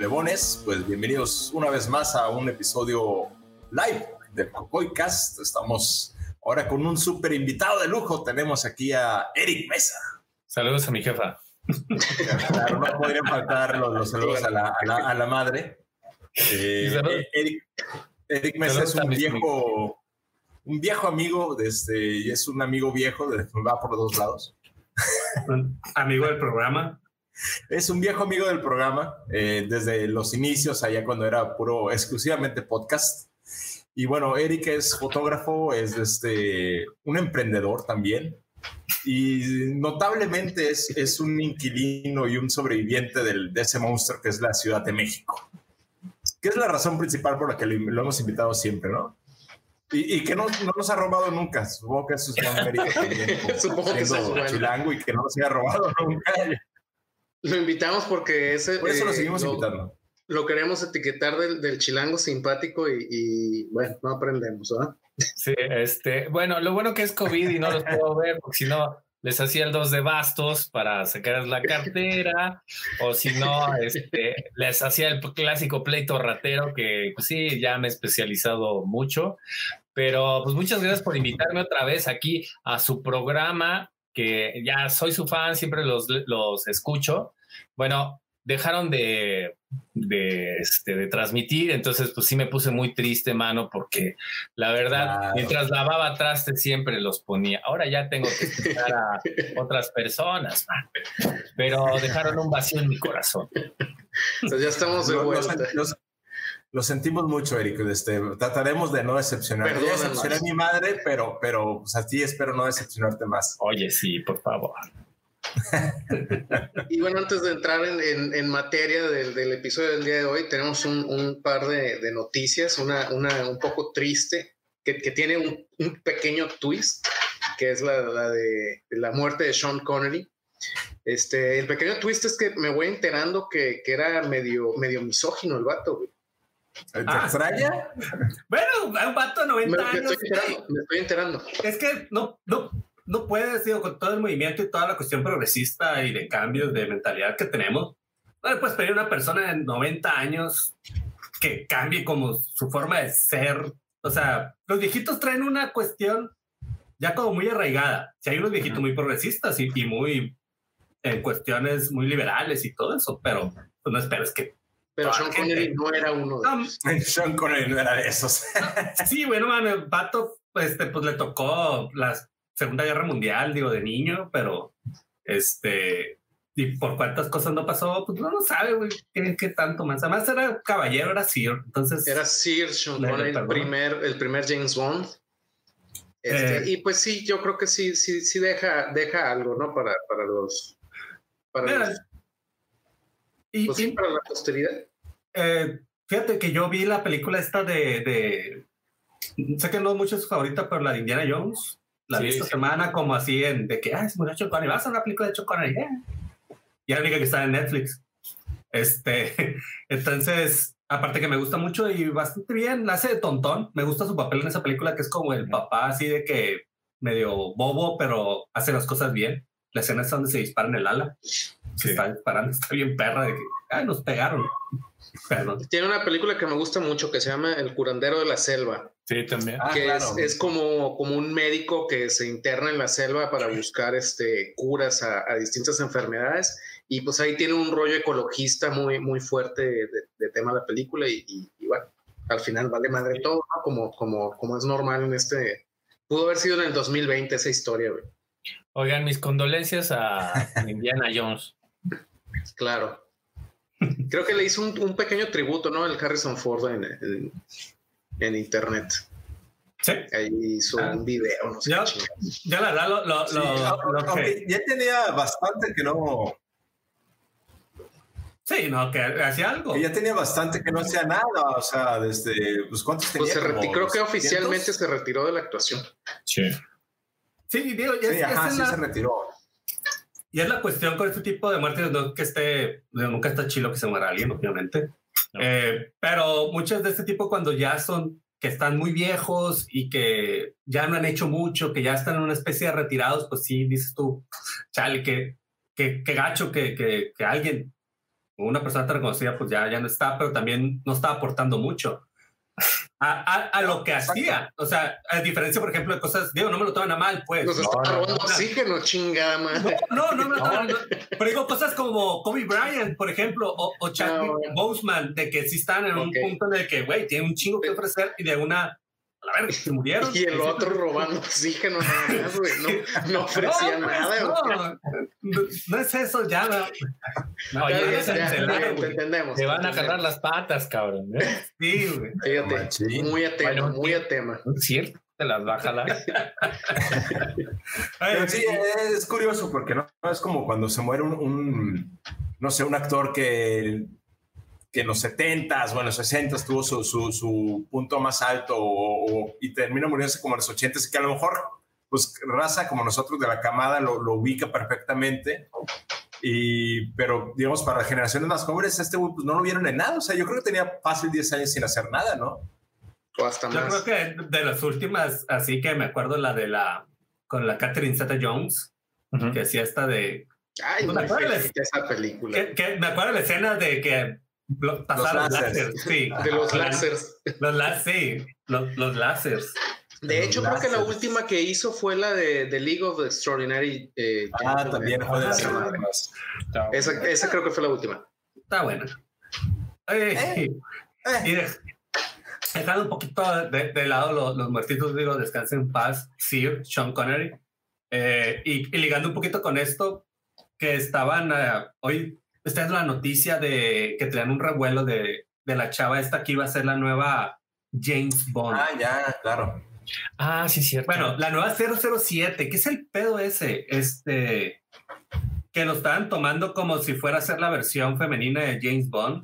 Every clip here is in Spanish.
plebones, pues bienvenidos una vez más a un episodio live del Cocoycast. Estamos ahora con un súper invitado de lujo. Tenemos aquí a Eric Mesa. Saludos a mi jefa. Claro, no podrían faltar los saludos a la madre. Eric Mesa es un viejo amigo, y es un amigo viejo, va por dos lados. Amigo del programa. Es un viejo amigo del programa, desde los inicios, allá cuando era exclusivamente podcast. Y bueno, Eric es fotógrafo, es un emprendedor también. Y notablemente es un inquilino y un sobreviviente de ese monstruo que es la Ciudad de México. Que es la razón principal por la que lo hemos invitado siempre, ¿no? Y que no nos ha robado nunca. Supongo que eso es un mérito también. Supongo que siendo chilango y que no nos haya robado nunca. Lo invitamos porque por eso lo seguimos invitando. Lo queremos etiquetar del chilango simpático y bueno, no aprendemos, ¿verdad? Sí, bueno, lo bueno que es COVID y no los puedo ver, porque si no les hacía el 2 de bastos para sacar la cartera, o si no, les hacía el clásico pleito ratero, que pues sí, ya me he especializado mucho, pero pues muchas gracias por invitarme otra vez aquí a su programa, que ya soy su fan, siempre los escucho. Bueno, dejaron de transmitir, entonces pues sí me puse muy triste, mano, porque la verdad, claro, mientras lavaba trastes siempre los ponía. Ahora ya tengo que escuchar a otras personas, man. Pero dejaron un vacío en mi corazón. Entonces ya estamos de vuelta. Lo sentimos mucho, Eric. Trataremos de no decepcionar. Ya decepcioné a mi madre, pero pues a ti espero no decepcionarte más. Oye, sí, por favor. Y bueno, antes de entrar en materia del episodio del día de hoy, tenemos un par de noticias, una un poco triste, que tiene un pequeño twist, que es la de la muerte de Sean Connery. El pequeño twist es que me voy enterando que era medio misógino el vato, güey. ¿Te extraña? Bueno, un vato de 90 años. Me estoy enterando. Es que no puedes, digo, con todo el movimiento y toda la cuestión progresista y de cambios de mentalidad que tenemos, no le puedes pedir a una persona de 90 años que cambie como su forma de ser. O sea, los viejitos traen una cuestión ya como muy arraigada. Si hay unos viejitos muy progresistas y muy en cuestiones muy liberales y todo eso, pero pues no esperes que... Pero Sean Connery no era uno de esos. Sean Connery no era de esos. Sí, bueno, man, el vato pues le tocó la Segunda Guerra Mundial, digo, de niño, pero y por cuántas cosas no pasó, pues no lo sabe, güey, qué tanto más. Además era caballero, era Sir, entonces... Era Sir Sean Connery, el primer James Bond. Y pues sí, yo creo que sí deja algo, ¿no? Para la posteridad. Fíjate que yo vi la película esta de sé que no es mucho su favorita, pero la de Indiana Jones. La vi esta semana como así de que se murió Sean Connery, vas a una película de Sean Connery. Y la única que está en Netflix. Entonces, aparte que me gusta mucho y bastante bien, la hace de tontón. Me gusta su papel en esa película, que es como el papá así de que medio bobo, pero hace las cosas bien. La escena es donde se disparan el ala. Se está disparando, está bien perra de que nos pegaron. Perdón. Tiene una película que me gusta mucho que se llama El curandero de la selva. Sí, también. Que claro, es como un médico que se interna en la selva para buscar curas a distintas enfermedades, y pues ahí tiene un rollo ecologista muy, muy fuerte de tema de la película, y bueno, al final vale madre todo, ¿no? Como es normal en pudo haber sido en el 2020 esa historia, güey. Oigan, mis condolencias a Indiana Jones. Claro. Creo que le hizo un pequeño tributo, ¿no? El Harrison Ford en internet. Sí. Ahí hizo un video, no sé. Ya la verdad ya tenía bastante que no... Sí, no, que hacía algo. Ya tenía bastante que no hacía nada, o sea, desde... Pues, ¿cuántos tenía? Creo que oficialmente se retiró de la actuación. Sí. Sí, digo, se retiró. Y es la cuestión con este tipo de muertes, nunca está chilo que se muera alguien, obviamente. No. Pero muchas de este tipo, cuando ya que están muy viejos y que ya no han hecho mucho, que ya están en una especie de retirados, pues sí, dices tú, chale, que gacho que alguien una persona tan reconocida, pues ya no está, pero también no está aportando mucho a lo que hacía. O sea, a diferencia, por ejemplo, de cosas, digo, no me lo toman a mal, pues. Nos está robando oxígeno, chingada madre. No me lo toman. Pero digo, cosas como Kobe Bryant, por ejemplo, o Chadwick Boseman, de que sí están en un punto en el que, güey, tienen un chingo que ofrecer y de una... A la verga, se murieron. Y el otro robando oxígeno nada más, güey. No ofrecía nada. No es eso, ya. No, ya entendemos. Te van a jalar las patas, cabrón. Sí, güey. Fíjate, muy a tema, muy a tema. Es cierto, te las va a jalar. Pero sí, es curioso porque no es como cuando se muere un actor que en los 70s o en los 60s tuvo su punto más alto y termina muriéndose como en los 80s, que a lo mejor, pues, raza como nosotros de la camada lo ubica perfectamente, pero, digamos, para generaciones más jóvenes, pues, no lo vieron en nada. O sea, yo creo que tenía fácil 10 años sin hacer nada, ¿no? O hasta más. Yo creo que de las últimas, así que me acuerdo con la Catherine Zeta-Jones, que hacía esta de... Ay, me acuerdo esa película. Que me acuerdo de la escena de que pasaron los láseres. Sí. De los láseres. Los láseres. De hecho, creo que la última que hizo fue la de League of Extraordinary. También fue de esa creo que fue la última. Está buena. Y dejando un poquito de lado los muertitos, digo, descansen en paz, Sir Sean Connery. Y ligando un poquito con esto, que estaban hoy... Esta es la noticia de que traían un revuelo de la chava esta que iba a ser la nueva James Bond. Ah, ya, claro. Ah, sí, cierto. Bueno, la nueva 007, ¿qué es el pedo ese? Que lo estaban tomando como si fuera a ser la versión femenina de James Bond.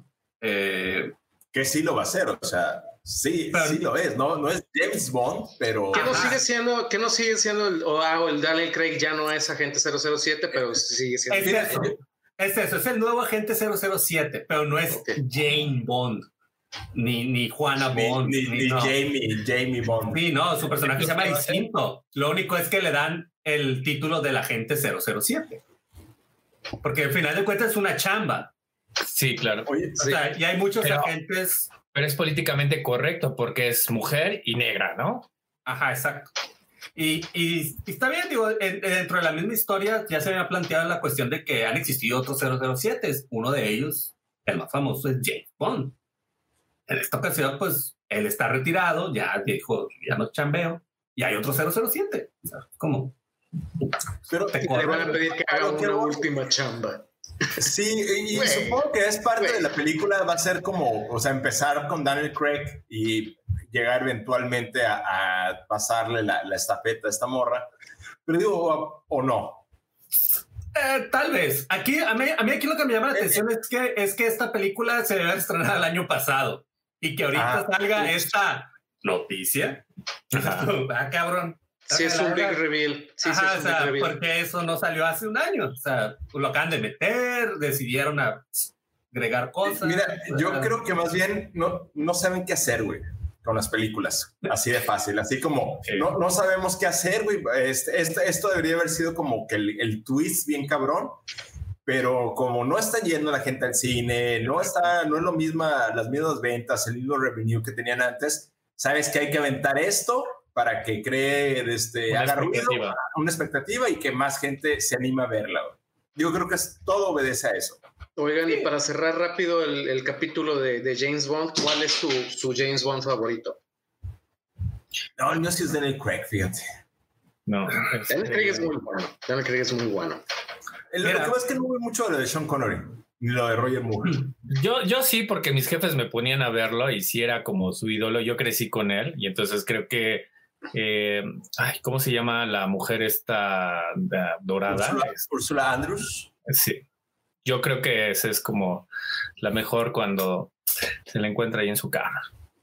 Que sí lo va a ser, o sea, sí lo es. No es James Bond, pero... Que no sigue siendo el Daniel Craig ya no es agente 007, pero sigue siendo... Es el nuevo agente 007, pero no es Jane Bond, ni Juana Bond, ni Jamie Bond. Sí, no, su personaje se llama distinto. Lo único es que le dan el título del agente 007. Porque al final de cuentas es una chamba. Sí, claro. Oye, o sea, y hay muchos agentes... Pero es políticamente correcto porque es mujer y negra, ¿no? Ajá, exacto. Y está bien, digo, dentro de la misma historia ya se había planteado la cuestión de que han existido otros 007. Uno de ellos, el más famoso, es James Bond. En esta ocasión, pues, él está retirado, ya dijo, ya no chambeo, y hay otro 007. O sea, ¿cómo? Pero te van a pedir que haga una última chamba. Sí, y supongo que es parte de la película, va a ser como, o sea, empezar con Daniel Craig y llegar eventualmente a pasarle la estafeta a esta morra, pero digo, o no. Tal vez. Aquí, a mí aquí lo que me llama la atención es que esta película se debe estrenar el año pasado y que ahorita salga esta noticia. Cabrón. Sí, es un big reveal. Sí, ajá, es un big reveal. Porque eso no salió hace un año. O sea, lo acaban de meter, decidieron agregar cosas. Mira, yo creo que más bien no saben qué hacer, güey, con las películas. Así de fácil. Así como no sabemos qué hacer, güey. Esto debería haber sido como que el twist bien cabrón. Pero como no está yendo la gente al cine, no es lo misma, las mismas ventas, el mismo revenue que tenían antes, sabes que hay que aventar esto para que cree, haga ruido, una expectativa y que más gente se anime a verla. Yo creo que todo obedece a eso. Oigan, y para cerrar rápido el capítulo de James Bond, ¿cuál es su James Bond favorito? No, el mío sí es Daniel Craig, fíjate. No. Daniel Craig es muy bueno. Daniel Craig es muy bueno. Lo que pasa es que no vi mucho de lo de Sean Connery, ni lo de Roger Moore. Yo sí, porque mis jefes me ponían a verlo y sí era como su ídolo. Yo crecí con él y entonces creo que ¿cómo se llama la mujer esta dorada? Ursula Andrews. Sí. Yo creo que esa es como la mejor cuando se la encuentra ahí en su cama.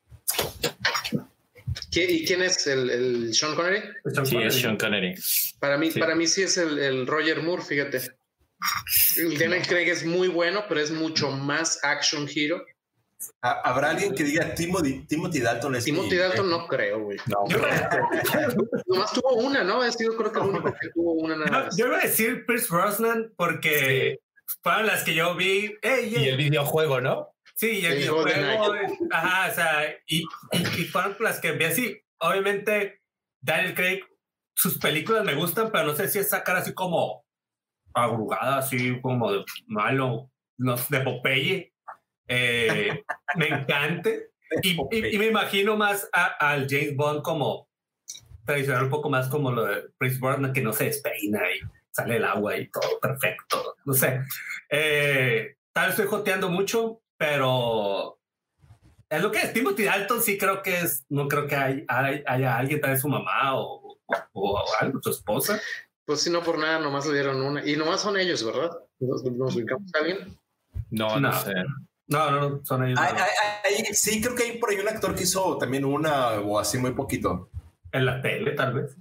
¿Y quién es el Sean Connery? Sí, es Sean Connery. Para mí sí es el Roger Moore, fíjate. El Daniel Craig es muy bueno, pero es mucho más action hero. ¿Habrá alguien que diga Timothy Dalton? Timothy Dalton no creo, güey. No. Nomás tuvo una, ¿no? Ha sido creo que el único que tuvo una nada más. Yo iba a decir Pierce Brosnan porque fueron las que yo vi. Y el videojuego, ¿no? Sí, y el videojuego. Ajá, o sea, y fueron las que vi así. Obviamente, Daniel Craig, sus películas me gustan, pero no sé si es sacar así como arrugada, así como de malo, no, de Popeye. Me encante. Y me imagino más al James Bond como tradicional, un poco más como lo de Chris Brosnan, que no se despeina y sale el agua y todo perfecto. No sé. Tal vez estoy joteando mucho, pero es lo que es. Timothy Dalton sí creo que es, no creo que haya alguien, tal vez su mamá o algo, su esposa. Pues si no por nada, nomás le dieron una. Y nomás son ellos, ¿verdad? ¿Nos ubicamos a alguien? No sé. No, son ellos. Sí, creo que hay por ahí un actor que hizo también una o así muy poquito. En la tele, tal vez.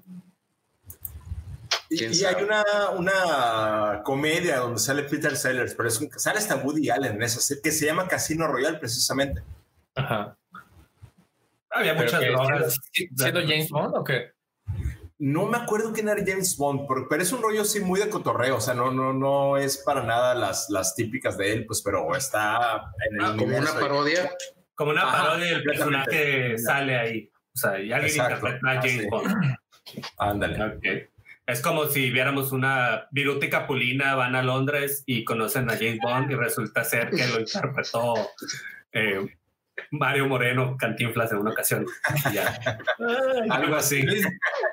Y hay una comedia donde sale Peter Sellers, pero sale hasta Woody Allen en esa, que se llama Casino Royale, precisamente. Ajá. Había muchas drogas. ¿Siendo James Bond o qué? No me acuerdo quién era James Bond, pero es un rollo así muy de cotorreo. O sea, no es para nada las típicas de él, pues, pero está en el como una parodia. Como una parodia del personaje sale ahí. O sea, y alguien interpreta a James Bond. Ándale. Okay. Es como si viéramos una Viruta y Capulina van a Londres y conocen a James Bond y resulta ser que lo interpretó Mario Moreno, Cantinflas, en una ocasión. Ya. Algo así. Luis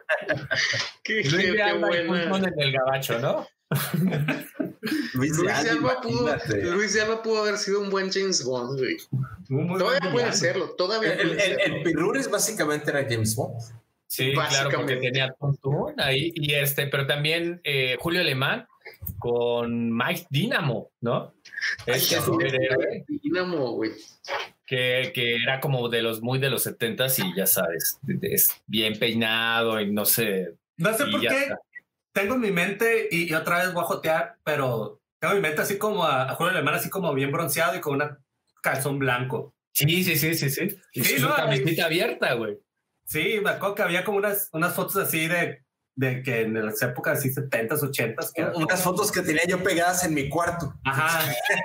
de Alba en el gabacho, ¿no? Luis de Alba pudo haber sido un buen James Bond, güey. Todavía puede serlo, el Pirruris básicamente era James Bond. Sí, claro, porque tenía Tuntún ahí, pero también Julio Alemán con Mike Dynamo, ¿no? Superhéroe. Dynamo, güey. Que era como muy de los 70s y ya sabes, es bien peinado y no sé. No sé por qué tengo en mi mente, y otra vez voy a jotear, pero tengo en mi mente así como a Julio Alemán, así como bien bronceado y con una calzón blanco. Sí. Y su camiseta abierta, güey. Sí, me acuerdo que había como unas fotos así de que en las épocas así 70s, 80s. Que unas fotos que tenía yo pegadas en mi cuarto. Ajá.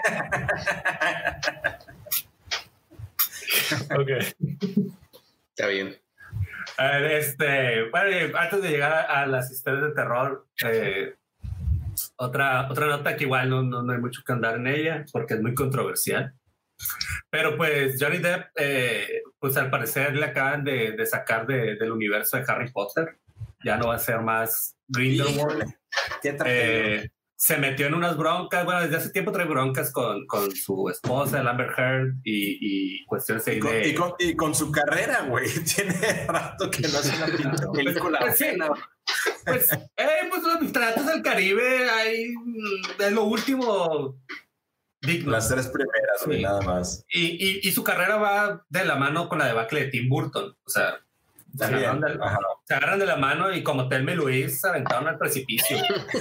Ok. Está bien. Bueno, antes de llegar a las historias de terror, otra nota que igual no hay mucho que andar en ella porque es muy controversial. Pero pues Johnny Depp, pues al parecer le acaban de sacar del universo de Harry Potter. Ya no va a ser más Grindelwald. Se metió en unas broncas. Bueno, desde hace tiempo trae broncas con su esposa, Amber Heard, y cuestiones ahí y con su carrera, güey. Tiene rato que no hace una pinche película. Pues los Piratas del Caribe es lo último digno. Las 3 primeras, güey, nada más. Y su carrera va de la mano con la debacle de Tim Burton. O sea, se agarran de la mano y como Thelma y Luis se aventaron al precipicio.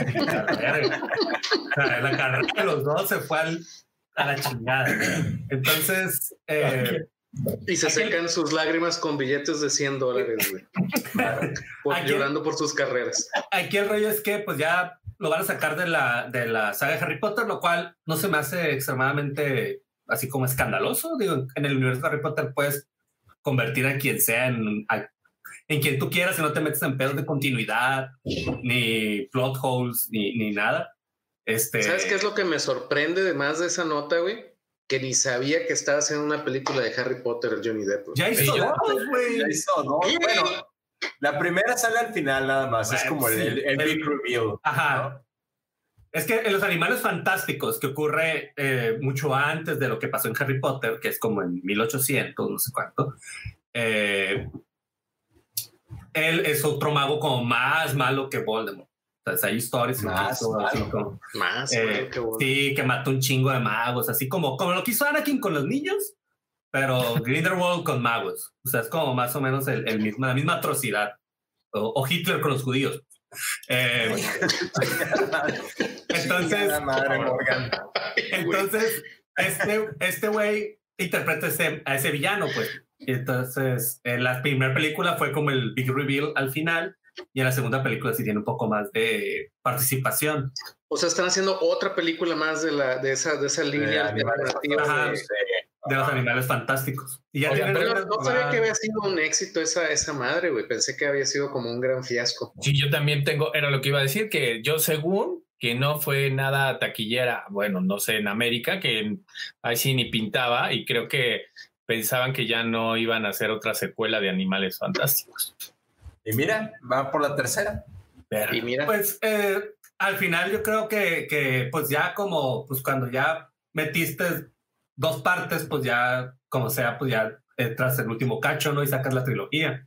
La carrera de los dos se fue a la chingada. Entonces... y se secan sus lágrimas con billetes de $100, güey. Llorando por sus carreras. Aquí el rollo es que pues ya lo van a sacar de la saga de Harry Potter, lo cual no se me hace extremadamente así como escandaloso. Digo, en el universo de Harry Potter puedes convertir a quien sea en quien tú quieras y no te metes en pedos de continuidad, ni plot holes, ni nada. ¿Sabes qué es lo que me sorprende de más de esa nota, güey? Que ni sabía que estaba haciendo una película de Harry Potter el Johnny Depp. Ya hizo dos, güey. Ya hizo dos. Bueno, la primera sale al final nada más. Bueno, es como el big reveal. Ajá. ¿No? Es que en los Animales Fantásticos, que ocurre mucho antes de lo que pasó en Harry Potter, que es como en 1800, no sé cuánto, él es otro mago como más malo que Voldemort. O sea, hay historias más malo que Voldemort. Sí, que mató un chingo de magos, así como lo que hizo Anakin con los niños, pero Grindelwald con magos. O sea, es como más o menos la misma atrocidad. O Hitler con los judíos. Entonces, este güey interpreta a ese villano, pues. Entonces, la primera película fue como el big reveal al final, y en la segunda película sí tiene un poco más de participación. O sea, están haciendo otra película más de esa línea alternativa de los animales fantásticos. Y ya no sabía que había sido un éxito esa madre, güey. Pensé que había sido como un gran fiasco. Sí, yo también era lo que iba a decir, que yo según que no fue nada taquillera, bueno, no sé, en América, que ahí sí ni pintaba, y creo que pensaban que ya no iban a hacer otra secuela de Animales Fantásticos. Y mira, va por la tercera. Y mira. Pues al final yo creo que pues ya como, pues cuando ya metiste 2 partes, pues ya, como sea, pues ya entras el último cacho, ¿no? Y sacas la trilogía.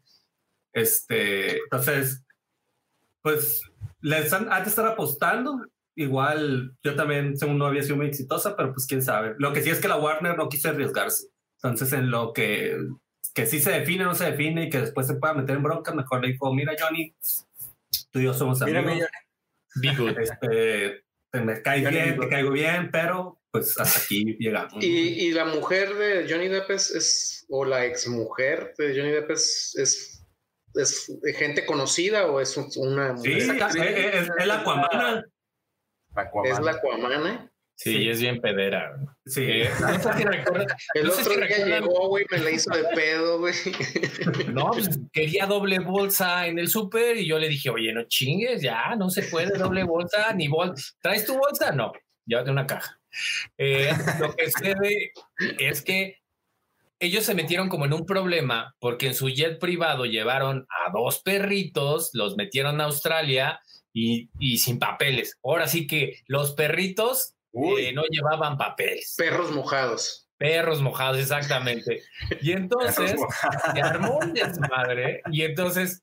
Entonces, pues les han de estar apostando. Igual yo también, según no había sido muy exitosa, pero pues quién sabe. Lo que sí es que la Warner no quiso arriesgarse. Entonces, en lo que sí se define, no se define y que después se pueda meter en broncas, mejor le dijo, mira, Johnny, tú y yo somos amigos. Be good. Me caes bien, te caigo bien, pero pues hasta aquí llegamos. ¿Y la mujer de Johnny Depp o la exmujer de Johnny Depp es gente conocida o es una mujer? Sí, es la Aquamana. Es la Aquamana. Sí, es bien pedera. Sí. No sé si recuerdan. El otro día llegó, güey, me la hizo de pedo, güey. No, pues quería doble bolsa en el súper y yo le dije, oye, no chingues, ya, no se puede doble bolsa ni bolsa. ¿Traes tu bolsa? No, llévate una caja. Lo que sucede es que ellos se metieron como en un problema porque en su jet privado llevaron a 2 perritos, los metieron a Australia y sin papeles. Ahora sí que los perritos no llevaban papeles. Perros mojados. Perros mojados, exactamente. Y entonces se armó un desmadre y entonces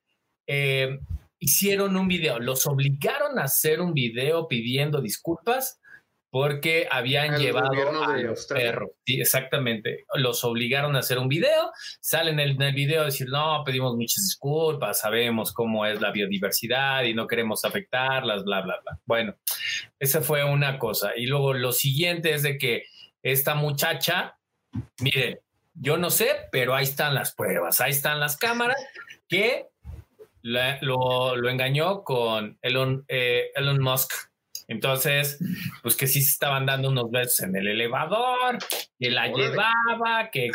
hicieron un video. Los obligaron a hacer un video pidiendo disculpas porque habían llevado a los perros. Sí, exactamente. Los obligaron a hacer un video. Salen en el video a decir, no, pedimos muchas disculpas, sabemos cómo es la biodiversidad y no queremos afectarlas, bla, bla, bla. Bueno, esa fue una cosa. Y luego lo siguiente es de que esta muchacha, miren, yo no sé, pero ahí están las pruebas, ahí están las cámaras que lo engañó con Elon Musk. Entonces, pues que sí se estaban dando unos besos en el elevador, que la llevaba, que,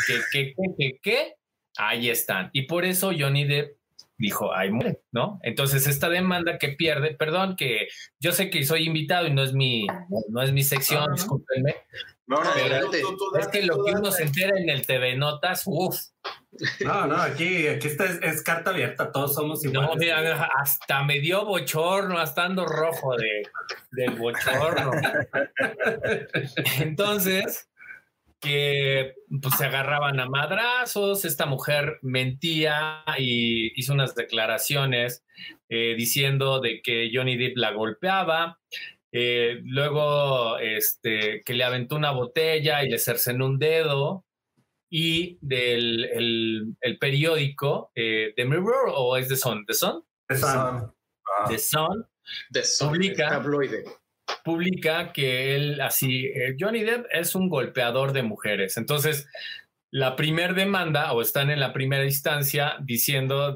ahí están. Y por eso Johnny Depp dijo, ay, muere, ¿no? Entonces, esta demanda que pierde, perdón, que yo sé que soy invitado y no es mi sección, discúlpenme. Pero es que lo que uno se entera en el TV Notas, No, aquí es carta abierta, todos somos iguales. No, mira, hasta me dio bochorno, hasta ando rojo del bochorno. Entonces, que pues se agarraban a madrazos, esta mujer mentía y hizo unas declaraciones diciendo de que Johnny Depp la golpeaba. Luego que le aventó una botella y le cercenó un dedo, y del el periódico The Mirror, o es The Sun, The Sun publica que él así, Johnny Depp es un golpeador de mujeres. Entonces la primer demanda, o están en la primera instancia diciendo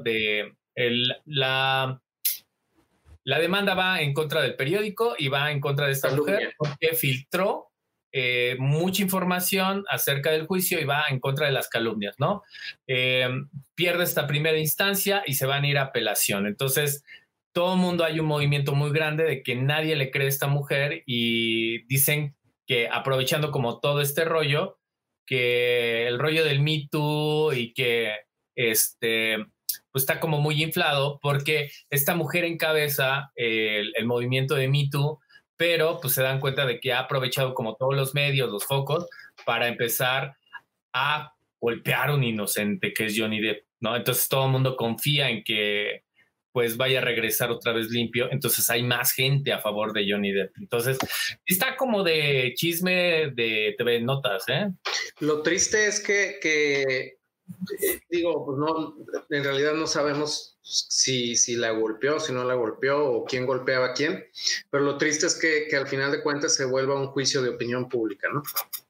la demanda va en contra del periódico y va en contra de esta mujer porque filtró mucha información acerca del juicio y va en contra de las calumnias, ¿no? Pierde esta primera instancia y se van a ir a apelación. Entonces, todo el mundo, hay un movimiento muy grande de que nadie le cree a esta mujer y dicen que, aprovechando como todo este rollo, que el rollo del Me Too y que pues está como muy inflado porque esta mujer encabeza el movimiento de Me Too, pero pues se dan cuenta de que ha aprovechado como todos los medios, los focos, para empezar a golpear a un inocente que es Johnny Depp, ¿no? Entonces todo el mundo confía en que pues vaya a regresar otra vez limpio, entonces hay más gente a favor de Johnny Depp. Entonces está como de chisme de TV Notas, ¿eh? Lo triste es que digo, pues no, en realidad no sabemos si la golpeó, si no la golpeó o quién golpeaba a quién, pero lo triste es que al final de cuentas se vuelva un juicio de opinión pública, ¿no?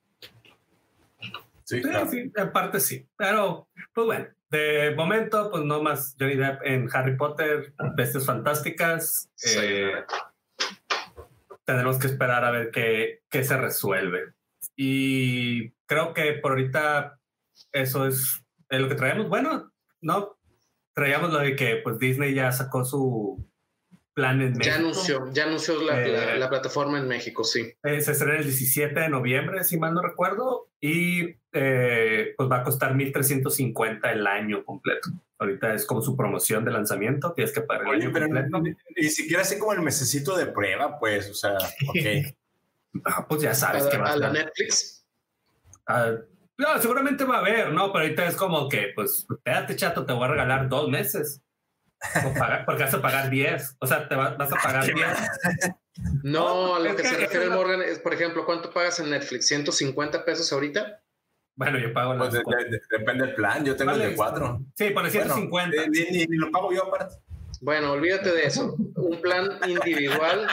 Sí, claro. Sí, en parte sí, pero pues bueno, de momento pues no más Johnny Depp en Harry Potter, Bestias Fantásticas, tendremos que esperar a ver qué se resuelve. Y creo que por ahorita eso es lo que traemos. Bueno, no traíamos lo de que pues Disney ya sacó su plan en México. Ya anunció la plataforma en México, sí. Se estrena el 17 de noviembre, si mal no recuerdo, y pues va a costar $1,350 el año completo. Ahorita es como su promoción de lanzamiento, tienes que pagar el año completo. Ni siquiera así como el mesecito de prueba, pues, o sea, ok. Pues ya sabes que va a la Netflix. No, seguramente va a haber, ¿no? Pero ahorita es como que, pues, espérate, chato, te voy a regalar 2 meses. Porque vas a pagar 10. O sea, vas a pagar 10. No, a lo que se refiere Morgan es, por ejemplo, ¿cuánto pagas en Netflix? ¿$150 ahorita? Bueno, yo pago pues depende del plan, yo tengo el de 4. Sí, pone 150. Bueno, ni lo pago yo aparte. Bueno, olvídate de eso. Un plan individual,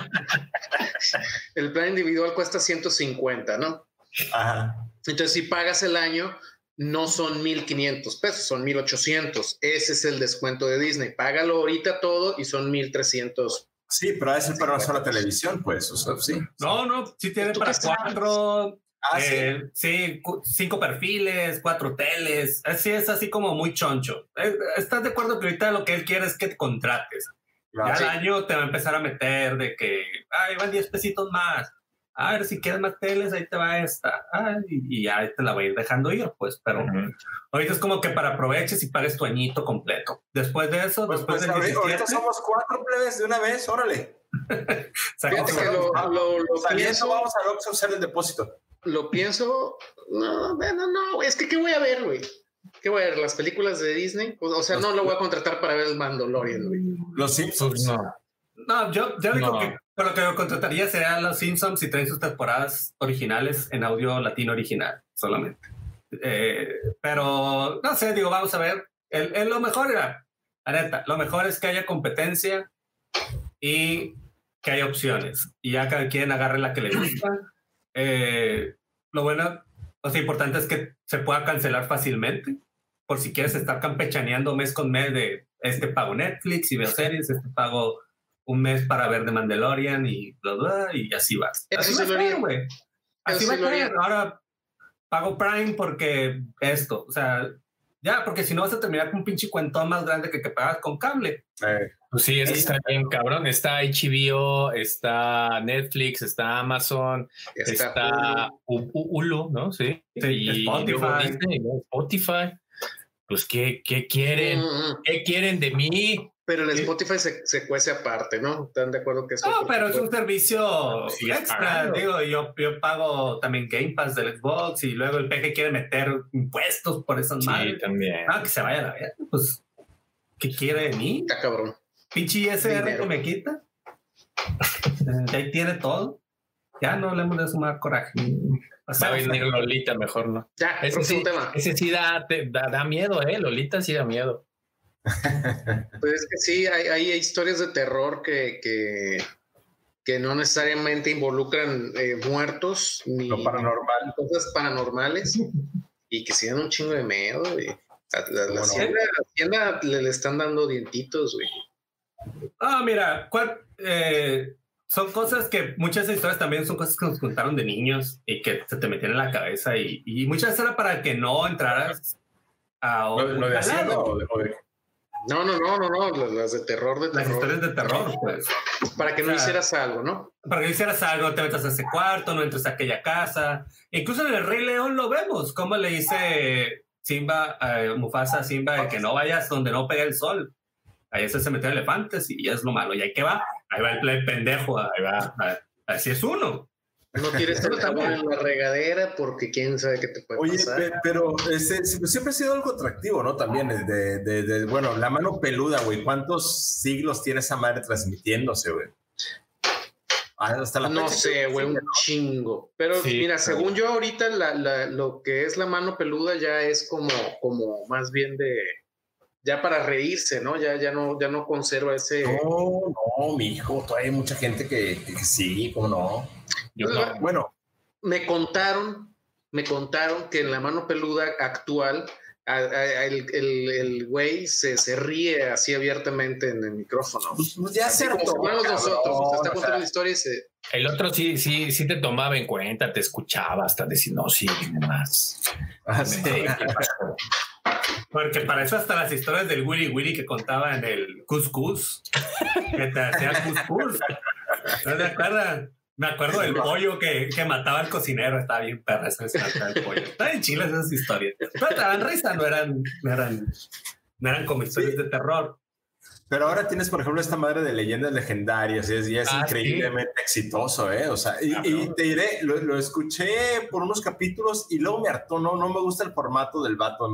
el plan individual cuesta 150, ¿no? Ajá. Entonces, si pagas el año, no son $1,500, son $1,800. Ese es el descuento de Disney. Págalo ahorita todo y son $1,300. Sí, pero es para una sola televisión, pues. O sea, sí. No, sí tiene para 4. Sí, 5 perfiles, 4 teles. Así es, así como muy choncho. ¿Estás de acuerdo que ahorita lo que él quiere es que te contrates? Claro, ya al año te va a empezar a meter de que, van 10 pesitos más. A ver, si quieres más teles, ahí te va esta. Y ya te la voy a ir dejando ir, pues. Pero ahorita es como que para aproveches y pagues tu añito completo. Después de eso, pues después del 17... Ahorita somos 4 plebes de una vez, órale. Fíjate que lo pienso, vamos a Oxxo a hacer el depósito. Lo pienso, no, es que ¿qué voy a ver, güey? ¿Qué voy a ver? ¿Las películas de Disney? O sea, no lo voy a contratar para ver el Mandalorian, güey. Los Simpsons. No, yo digo que lo que yo contrataría sería Los Simpsons si traen sus temporadas originales en audio latino original, solamente. Pero, no sé, digo, vamos a ver. Lo mejor era, la neta, lo mejor es que haya competencia y que haya opciones. Y ya cada quien agarre la que le gusta. Lo bueno, o sea, importante es que se pueda cancelar fácilmente. Por si quieres estar campechaneando mes con mes de pago Netflix y veo series, pago un mes para ver The Mandalorian y bla, bla, y así va. Así va a ser, güey. Así va a ser. Ahora pago Prime porque esto, o sea, ya, porque si no vas a terminar con un pinche cuentón más grande que pagas con cable. Pues sí, está bien, cabrón. Está HBO, está Netflix, está Amazon, está Hulu, ¿no? Sí. Y Spotify. Disney, ¿no? Spotify. Pues, ¿qué quieren? ¿Qué quieren de mí? Pero el Spotify se cuece aparte, ¿no? ¿Están de acuerdo que eso? No, pero es un servicio extra. Digo, yo pago también Game Pass del Xbox y luego el PG quiere meter impuestos por esas madres. Sí, también. Que se vaya a la verga. Pues, ¿qué quiere de mí? Está cabrón. Pinche ISR que me quita. Ahí tiene todo. Ya no hablemos de sumar coraje. Va a venir Lolita, mejor no. Ya, ese sí da miedo, Lolita sí da miedo. Pues es que sí, hay historias de terror que no necesariamente involucran muertos ni cosas paranormales y que sí dan un chingo de miedo. La hacienda le están dando dientitos, güey. Mira, son cosas que muchas historias también son cosas que nos contaron de niños y que se te metían en la cabeza y muchas veces era para que no entraras a ¿Lo de hacienda o de... No, las de terror. Las historias de terror, pues. Para que no hicieras algo, ¿no? Para que no hicieras algo, te metas a ese cuarto, no entres a aquella casa. Incluso en el Rey León lo vemos, como le dice Mufasa a Simba, que no vayas donde no pega el sol. Ahí se metió elefantes y ya es lo malo. ¿Y ahí qué va? Ahí va el pendejo, ahí va. Así es uno. No tienes el jabón en la regadera porque quién sabe qué te puede pasar. Oye, pero siempre ha sido algo atractivo, ¿no? También bueno, la mano peluda, güey. ¿Cuántos siglos tiene esa madre transmitiéndose, güey? Hasta la no sé, güey, un chingo. Pero sí, mira, según yo ahorita lo que es la mano peluda ya es como más bien ya para reírse, ¿no? Ya no conserva ese... No, mijo, todavía hay mucha gente que sí, ¿cómo no? Bueno. Me contaron que en la mano peluda actual el güey se ríe así abiertamente en el micrófono. Pues ya se hartó, nosotros, está contando la historia y se... El otro sí te tomaba en cuenta, te escuchaba hasta decir, no, sí, más. Sí. Porque para eso hasta las historias del Willy que contaba en el Cuscús, que te hacía Cuscús. ¿No te acuerdas? Me acuerdo del pollo que mataba al cocinero, estaba bien perra esa del pollo. Está bien chilas esas historias. Pero te daban risa, no eran como historias de terror. Pero ahora tienes, por ejemplo, esta madre de leyendas legendarias y es increíblemente exitoso, ¿eh? O sea, y te diré, lo escuché por unos capítulos y luego me hartó, no me gusta el formato del vato,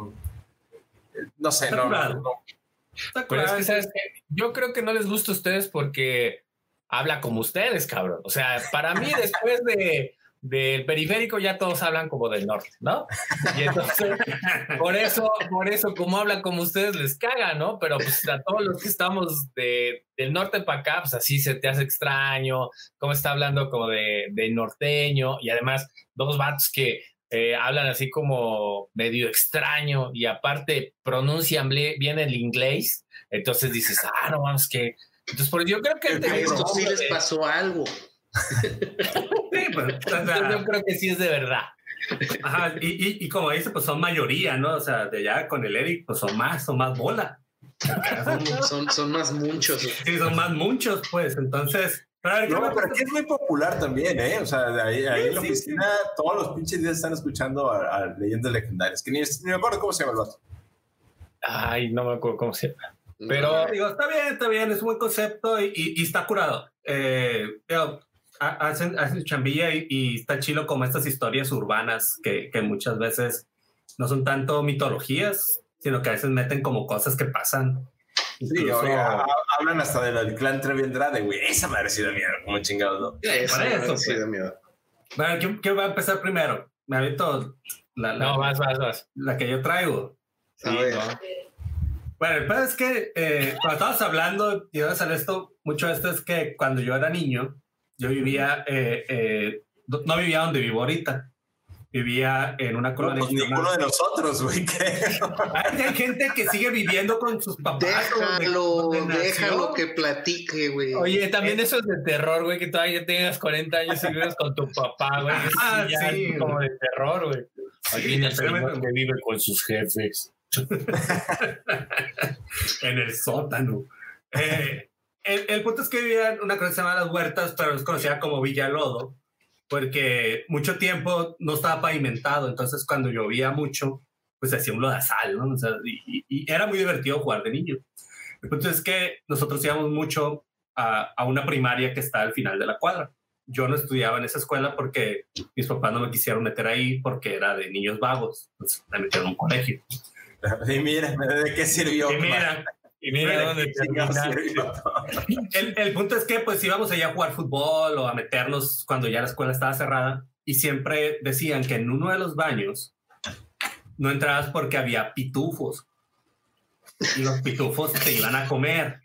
no sé, no. Pero es que, ¿sabes qué? Yo creo que no les gusta a ustedes porque habla como ustedes, cabrón. O sea, para mí, después del periférico ya todos hablan como del norte, ¿no? Y entonces, por eso, como hablan como ustedes, les caga, ¿no? Pero pues a todos los que estamos del norte para acá, pues así se te hace extraño, cómo está hablando como de norteño, y además dos vatos que hablan así como medio extraño y aparte pronuncian bien el inglés, entonces dices, no, vamos, que... Entonces, por yo creo que a estos sí les pasó algo. Sí, pues, yo creo que sí es de verdad. Ajá, y como dice, pues son mayoría, ¿no? O sea, de allá con el Eric, pues son más bola. Son más muchos. Sí, son más muchos, pues. Entonces, pero aquí es muy popular también, ¿eh? O sea, ahí en la oficina todos los pinches días están escuchando a leyendas legendarias, que ni me acuerdo cómo se llama el vato. Ay, no me acuerdo cómo se llama. Pero digo, está bien, es un buen concepto y está curado. Hacen chambilla y está chilo como estas historias urbanas que muchas veces no son tanto mitologías, sino que a veces meten como cosas que pasan. Sí, hablan hasta del clan Trevi Andrade, güey. Esa madre sí da miedo, como chingados, ¿no? Eso sí da miedo. Bueno, ¿quién va a empezar primero? Me avito vas. La que yo traigo. Sí, a ver. ¿no? Bueno, el peor es que cuando estábamos hablando, y vamos a hacer esto, mucho de esto es que cuando yo era niño, yo vivía, no vivía donde vivo ahorita, vivía en una colonia. Pues ninguno de nosotros, güey. Hay gente que sigue viviendo con sus papás. Déjalo que platique, güey. Oye, también eso es de terror, güey, que todavía tengas 40 años y vives con tu papá, güey. Sí, es como de terror, güey. Alguien el señor que vive con sus jefes. En el sótano. El punto es que vivía en una cosa que se llama Las Huertas, pero es conocida como Villalodo, porque mucho tiempo no estaba pavimentado, entonces cuando llovía mucho, pues hacía un lodazal, ¿no? O sea, y era muy divertido jugar de niño. El punto es que nosotros íbamos mucho a una primaria que está al final de la cuadra. Yo no estudiaba en esa escuela porque mis papás no me quisieron meter ahí porque era de niños vagos, entonces me metieron en un colegio. Y mira, ¿de qué sirvió? Y mira dónde sirvió. El punto es que pues íbamos allá a jugar fútbol o a meternos cuando ya la escuela estaba cerrada y siempre decían que en uno de los baños no entrabas porque había pitufos y los pitufos te iban a comer.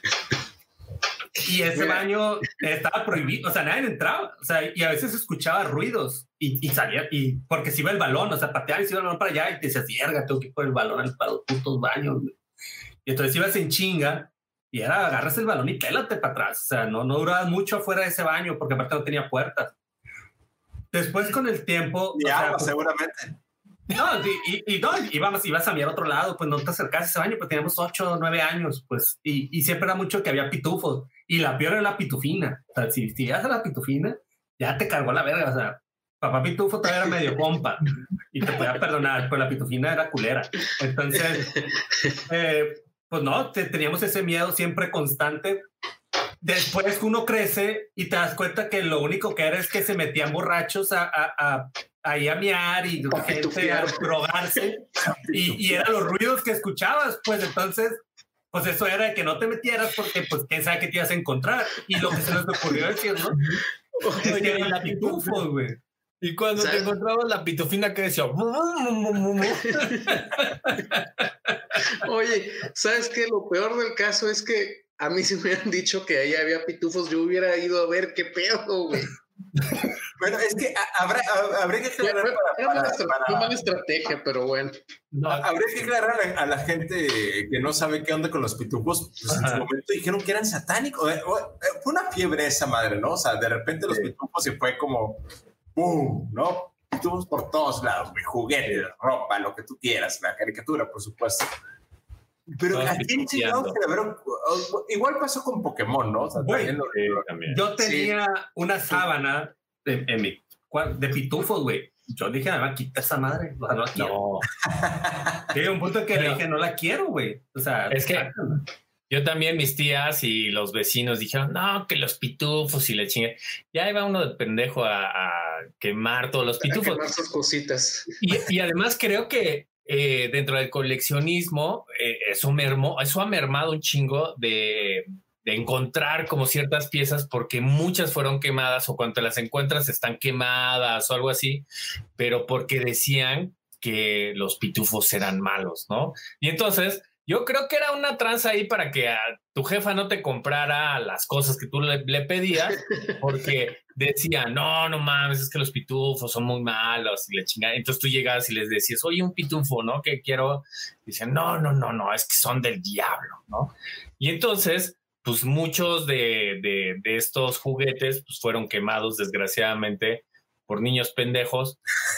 Y ese baño estaba prohibido, o sea, nadie entraba, o sea, y a veces escuchaba ruidos y salía, y porque se iba el balón, o sea, pateaba y se iba el balón para allá y te decías, vierga, tengo que ir por el balón para los putos baños. Y entonces ibas en chinga y era agarras el balón y pélate para atrás, o sea, no durabas mucho afuera de ese baño porque aparte no tenía puertas. Después con el tiempo... Ya, seguramente. No, ibas a mirar a otro lado, pues no te acercas a ese baño, pues teníamos 8 o 9 años, pues, y siempre era mucho que había pitufos, y la peor era la pitufina, o sea, si ibas a la pitufina, ya te cargó la verga, o sea, papá pitufo todavía era medio compa, y te podía perdonar, pero la pitufina era culera, entonces, pues no, teníamos ese miedo siempre constante. Después uno crece y te das cuenta que lo único que era es que se metían borrachos ahí a miar y gente a drogarse y eran los ruidos que escuchabas, pues entonces, pues eso era de que no te metieras porque pues quién sabe qué te ibas a encontrar y lo que se les ocurrió decir, ¿no? Es que eran pitufos, güey. Y cuando te encontrabas la pitufina que decía... Oye, ¿sabes qué? Lo peor del caso es que a mí si me hubieran dicho que ahí había pitufos, yo hubiera ido a ver qué pedo, güey. Bueno, es que habría que aclarar una mala estrategia, pero bueno. No, habría que aclarar a la gente que no sabe qué onda con los pitufos. Pues en su momento dijeron que eran satánicos. Fue una fiebre esa madre, ¿no? O sea, de repente los pitufos se fue como ¡boom! ¿No? Pitufos por todos lados, güey. Juguetes, ropa, lo que tú quieras. La caricatura, por supuesto. Pero aquí en Chile, igual pasó con Pokémon, ¿no? O sea, también. Yo tenía una sábana de pitufos, güey. Yo dije, además, quita esa madre. O sea, no la quiero. Llega un punto en que le dije, no la quiero, güey. O sea, es que yo también, mis tías y los vecinos dijeron, no, que los pitufos y la chingue. Ya iba uno de pendejo a quemar todos los pitufos. A quemar sus cositas. Y además creo que dentro del coleccionismo, eso ha mermado un chingo de encontrar como ciertas piezas, porque muchas fueron quemadas, o cuando las encuentras están quemadas o algo así, pero porque decían que los pitufos eran malos, ¿no? Y entonces yo creo que era una tranza ahí para que a tu jefa no te comprara las cosas que tú le pedías, porque decía, no mames, es que los pitufos son muy malos y la chingada. Entonces tú llegabas y les decías, oye, un pitufo, ¿no? Que quiero. Dicen, no, es que son del diablo, ¿no? Y entonces, pues muchos de estos juguetes pues, fueron quemados, desgraciadamente, por niños pendejos.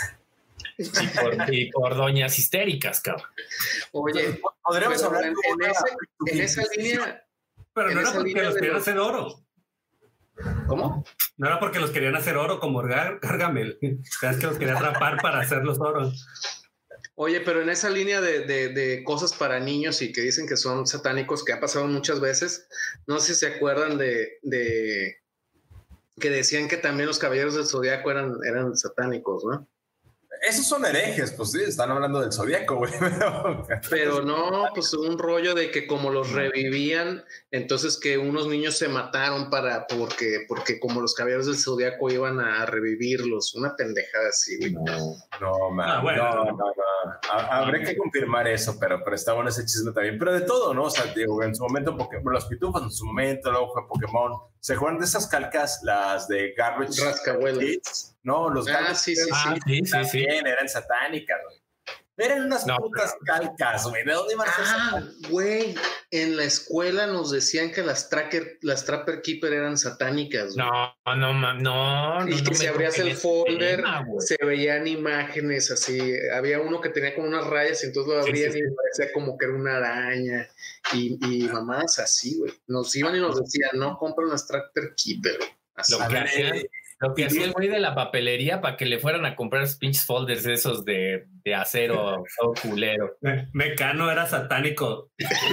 Y por doñas histéricas, cabrón. Oye, podríamos hablar en esa línea. Pero no era porque los querían hacer oro. ¿Cómo? No era porque los querían hacer oro como Gargamel. Es que los quería atrapar para hacerlos oro. Oye, pero en esa línea de cosas para niños y que dicen que son satánicos, que ha pasado muchas veces, no sé si se acuerdan de que decían que también los caballeros del Zodiaco eran satánicos, ¿no? Esos son herejes, pues sí, están hablando del Zodíaco, güey. Pero no, pues un rollo de que como los revivían, entonces que unos niños se mataron porque como los caballeros del Zodíaco iban a revivirlos, una pendejada así, güey. No, man, no. Habría que confirmar eso, pero está bueno ese chisme también. Pero de todo, ¿no? O sea, digo, en su momento, los pitufos en su momento, luego fue Pokémon. ¿Se acuerdan de esas calcas, las de Garbage Rascahuelas? No, los Garbage sí. También eran satánicas, güey. Eran unas putas calcas, güey. ¿De dónde iban a ser satánicas? Güey, en la escuela nos decían que las Trapper Keeper eran satánicas, güey. No. Y que si abrías el folder, se veían imágenes así. Había uno que tenía como unas rayas y entonces lo abrían y parecía como que era una araña. Y mamás así, güey. Nos iban y nos decían, no compren las Trapper Keeper, güey. Así. Lo que hacía el güey de la papelería para que le fueran a comprar esos pinches folders esos de acero todo culero. Mecano era satánico.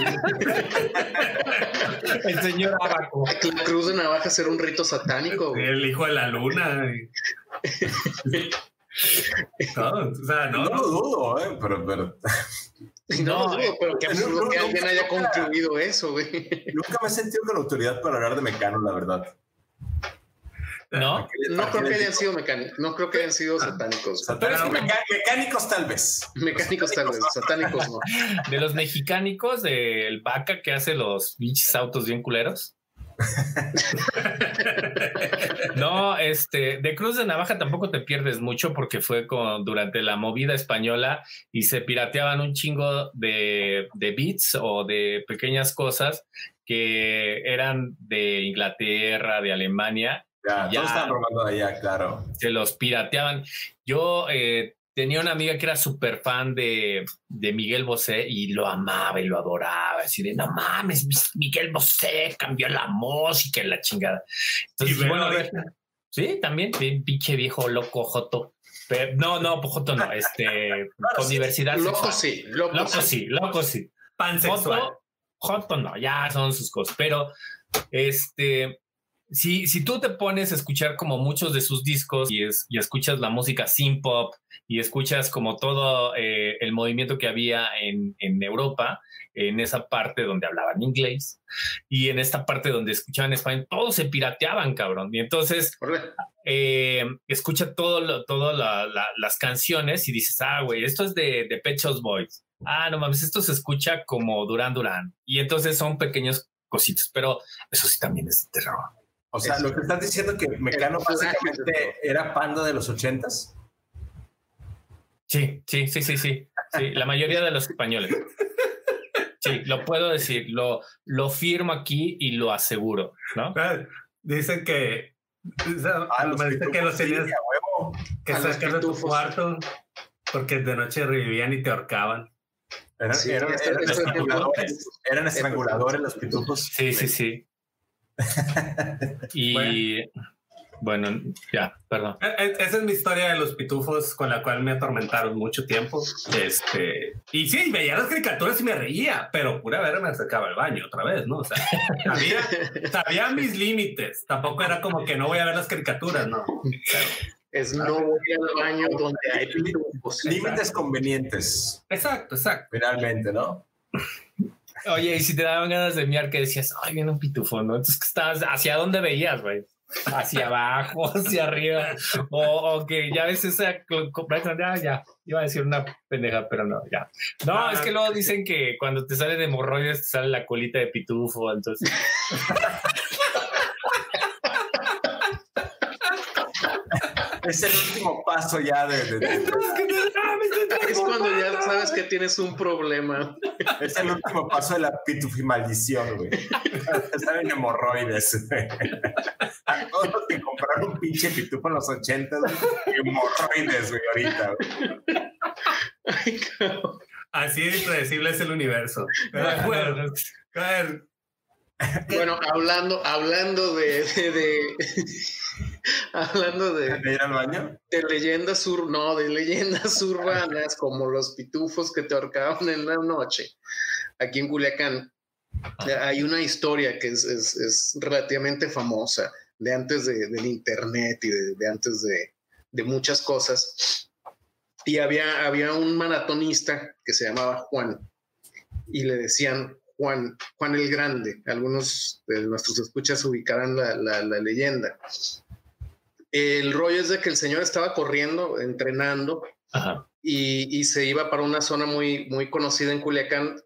El señor Abaco. La cruz de navajas era un rito satánico, güey. El hijo de la luna. O sea, no lo dudo, pero... No, pero qué absurdo que alguien haya concluido eso, güey. Nunca me he sentido con autoridad para hablar de Mecano, la verdad. No creo que hayan sido mecánicos, no creo que hayan sido satánicos. Mecánicos tal vez. Mecánicos tal vez, satánicos no. De los mexicánicos, del Vaca que hace los pinches autos bien culeros. No, de Cruz de Navaja tampoco te pierdes mucho porque fue durante la movida española y se pirateaban un chingo de beats o de pequeñas cosas que eran de Inglaterra, de Alemania. Ya, todos estaban robando de allá, claro. Se los pirateaban. Yo tenía una amiga que era súper fan de Miguel Bosé y lo amaba y lo adoraba. Así de, no mames, Miguel Bosé cambió la música y la chingada. Entonces, bueno, sí, también, pinche viejo loco, joto. Pero, no, joto no, con diversidad loco sexual. Loco sí. Pansexual. Joto no, ya son sus cosas. Pero, si tú te pones a escuchar como muchos de sus discos y escuchas la música synth pop y escuchas como todo el movimiento que había en Europa, en esa parte donde hablaban inglés y en esta parte donde escuchaban español, todos se pirateaban, cabrón. Y entonces escucha todas las canciones y dices, güey, esto es de Pet Shop Boys. No mames, esto se escucha como Duran Duran. Y entonces son pequeños cositos, pero eso sí también es de terror. O sea, lo que estás diciendo que Mecano básicamente era Panda de los 80s. Sí, la mayoría de los españoles. Sí, lo puedo decir, lo firmo aquí y lo aseguro, ¿no? Dicen que los tenías que sacar de tu cuarto porque de noche revivían y te ahorcaban. Eran estranguladores los pitufos. Sí. Y bueno, ya, perdón. Esa es mi historia de los pitufos con la cual me atormentaron mucho tiempo. Y sí, veía las caricaturas y me reía, pero pura verga me acercaba al baño otra vez, ¿no? O sea, sabía mis límites. Tampoco era como que no voy a ver las caricaturas, ¿no? No voy al baño donde hay pitufos. Límites convenientes. Exacto. Finalmente, ¿no? Oye, y si te daban ganas de miar, que decías, ay, viene un pitufo, ¿no? Entonces, ¿estabas hacia dónde veías, güey? Hacia abajo, hacia arriba, o que ya ves esa ya iba a decir una pendeja, pero no, ya. No, es que luego dicen que cuando te sale de hemorroides te sale la colita de pitufo, entonces. Es el último paso ya de... Es cuando ya sabes que tienes un problema. Es el último paso de la pitufimaldición, güey. Saben hemorroides. A todos los que compraron un pinche pitufo en los 80, hemorroides, güey, ahorita, güey. Ay, cabrón. Así de impredecible es el universo. A ver. Bueno, hablando de ir al baño, de leyendas urbanas como los pitufos que te ahorcaban en la noche. Aquí en Culiacán hay una historia que es relativamente famosa de antes del internet y de antes de muchas cosas. Y había un maratonista que se llamaba Juan y le decían Juan el Grande. Algunos de nuestros escuchas ubicarán la leyenda. El rollo es de que el señor estaba corriendo, entrenando, y se iba para una zona muy, muy conocida en Culiacán,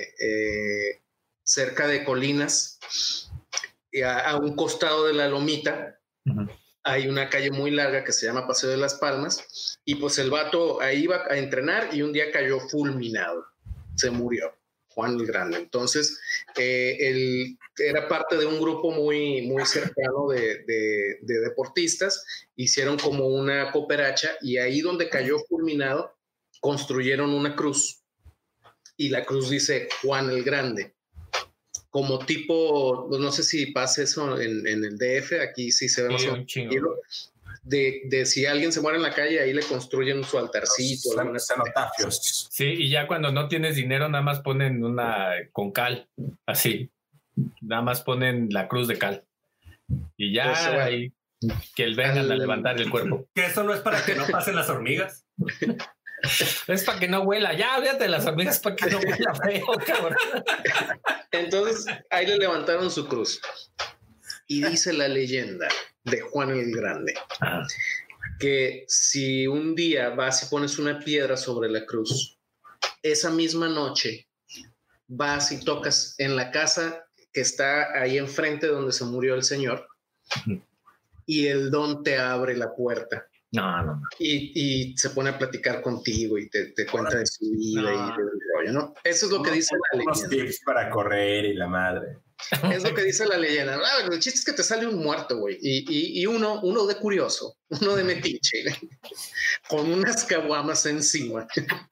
cerca de Colinas, a un costado de la Lomita. Hay una calle muy larga que se llama Paseo de las Palmas, y pues el vato ahí iba a entrenar y un día cayó fulminado, se murió. Juan el Grande. Entonces, él era parte de un grupo muy, muy cercano de deportistas. Hicieron como una cooperacha y ahí donde cayó fulminado, construyeron una cruz. Y la cruz dice Juan el Grande. Como tipo, no sé si pasa eso en el DF, aquí sí se ve más un chingo. De si alguien se muere en la calle, ahí le construyen su altarcito. Cenotafios. Sí, y ya cuando no tienes dinero, nada más ponen una con cal, así. Nada más ponen la cruz de cal. Y ya pues, ahí, que vengan a levantar el cuerpo. Que eso no es para que no pasen las hormigas. Es para que no huela. Ya, olvídate de las hormigas para que no huela feo, cabrón. Entonces, ahí le levantaron su cruz. Y dice la leyenda de Juan el Grande que si un día vas y pones una piedra sobre la cruz, esa misma noche vas y tocas en la casa que está ahí enfrente donde se murió el señor y el don te abre la puerta. No. Y se pone a platicar contigo y te cuenta de su vida y del rollo, ¿no? Eso es lo que dice la leyenda. Unos tips para correr y la madre. Es lo que dice la leyenda. El chiste es que te sale un muerto, güey. Y uno de curioso, uno de metiche, con unas caguamas encima.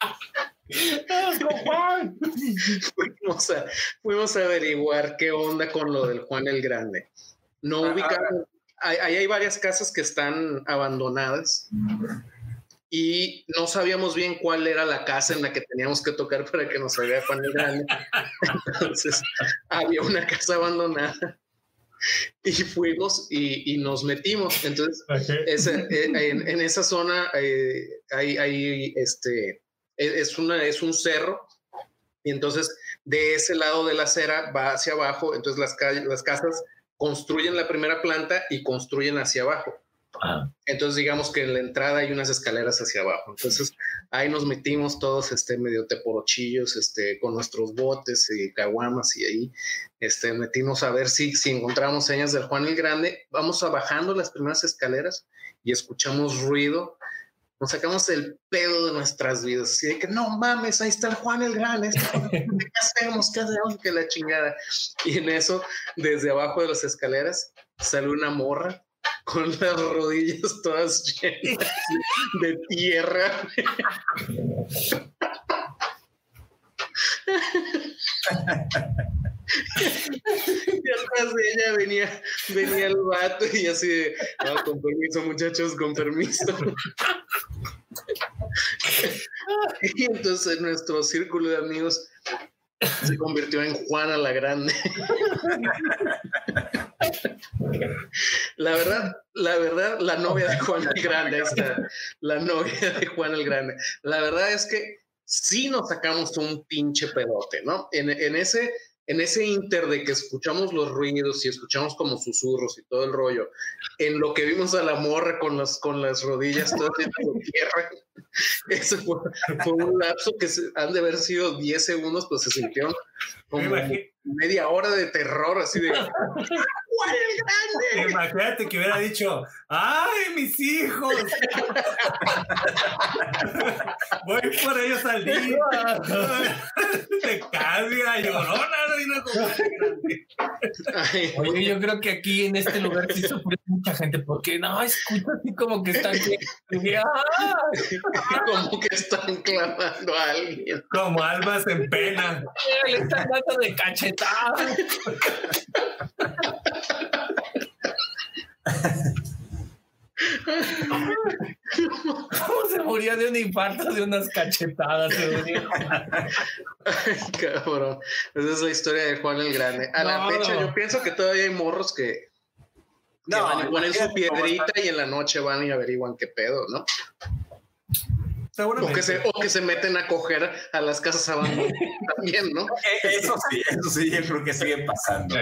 Fuimos a averiguar qué onda con lo del Juan el Grande. No ubicamos. Ahí hay varias casas que están abandonadas y no sabíamos bien cuál era la casa en la que teníamos que tocar para que nos saliera Juan el Grande. Entonces había una casa abandonada y fuimos y nos metimos. Entonces en esa zona es un cerro y entonces de ese lado de la acera va hacia abajo. Entonces las casas construyen la primera planta y construyen hacia abajo. Ajá. Entonces digamos que en la entrada hay unas escaleras hacia abajo. Entonces ahí nos metimos todos medio teporochillos, con nuestros botes y caguamas, y ahí metimos a ver si encontramos señas del Juan el Grande. Vamos bajando las primeras escaleras y escuchamos ruido. Nos sacamos el pedo de nuestras vidas, así de que no mames, ahí está el Juan el Grande, ¿qué hacemos? Que la chingada. Y en eso, desde abajo de las escaleras, sale una morra con las rodillas todas llenas de tierra. Y atrás de ella venía el vato y así de, no, con permiso muchachos, con permiso. Y entonces nuestro círculo de amigos se convirtió en Juana la Grande. La verdad, la novia de Juan el Grande, la novia de Juan el Grande. La verdad es que sí nos sacamos un pinche pedote, ¿no? En ese inter de que escuchamos los ruidos y escuchamos como susurros y todo el rollo, en lo que vimos a la morra con las rodillas todas en tierra, eso fue un lapso que han de haber sido 10 segundos, pues se sintieron como media hora de terror, así de ¡Juan el Grande! Imagínate que hubiera dicho, ¡ay, mis hijos! Voy por ellos al día. Te cambia, llorona. Oye, yo creo que aquí en este lugar sí sufre mucha gente, porque no, escucha así como que están como que están clamando a alguien. Como almas en pena. Le están dando de cachetada. ¿Cómo se moría de un infarto de unas cachetadas? Ay, cabrón. Esa es la historia de Juan el Grande. A la fecha yo pienso que todavía hay morros que van y ponen su piedrita y en la noche van y averiguan qué pedo, ¿no? O que se meten a coger a las casas abandonadas también, ¿no? Eso sí, yo creo que sigue pasando.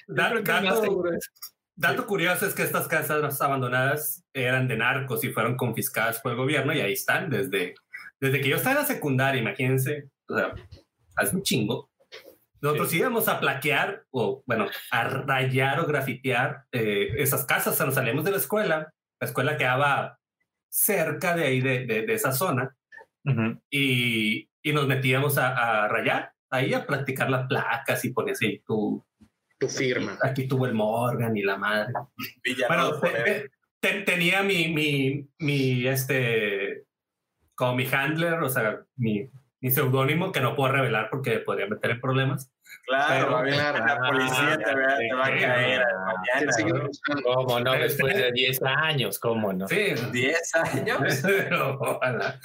Dato curioso es que estas casas abandonadas eran de narcos y fueron confiscadas por el gobierno, y ahí están desde que yo estaba en la secundaria, imagínense, o sea, hace un chingo. Nosotros íbamos a plaquear a rayar o grafitear esas casas. O sea, nos salíamos de la escuela quedaba cerca de ahí, de esa zona, y nos metíamos a rayar, ahí a practicar las placas y ponías ahí tu firma. Aquí tuvo el Morgan y la madre. Bueno, tenía mi como mi handler, o sea, mi seudónimo, que no puedo revelar porque podría meter en problemas. Claro, la policía te va a caer mañana. ¿Cómo no? Después de 10 años, ¿cómo no? Sí, 10 años. Ojalá.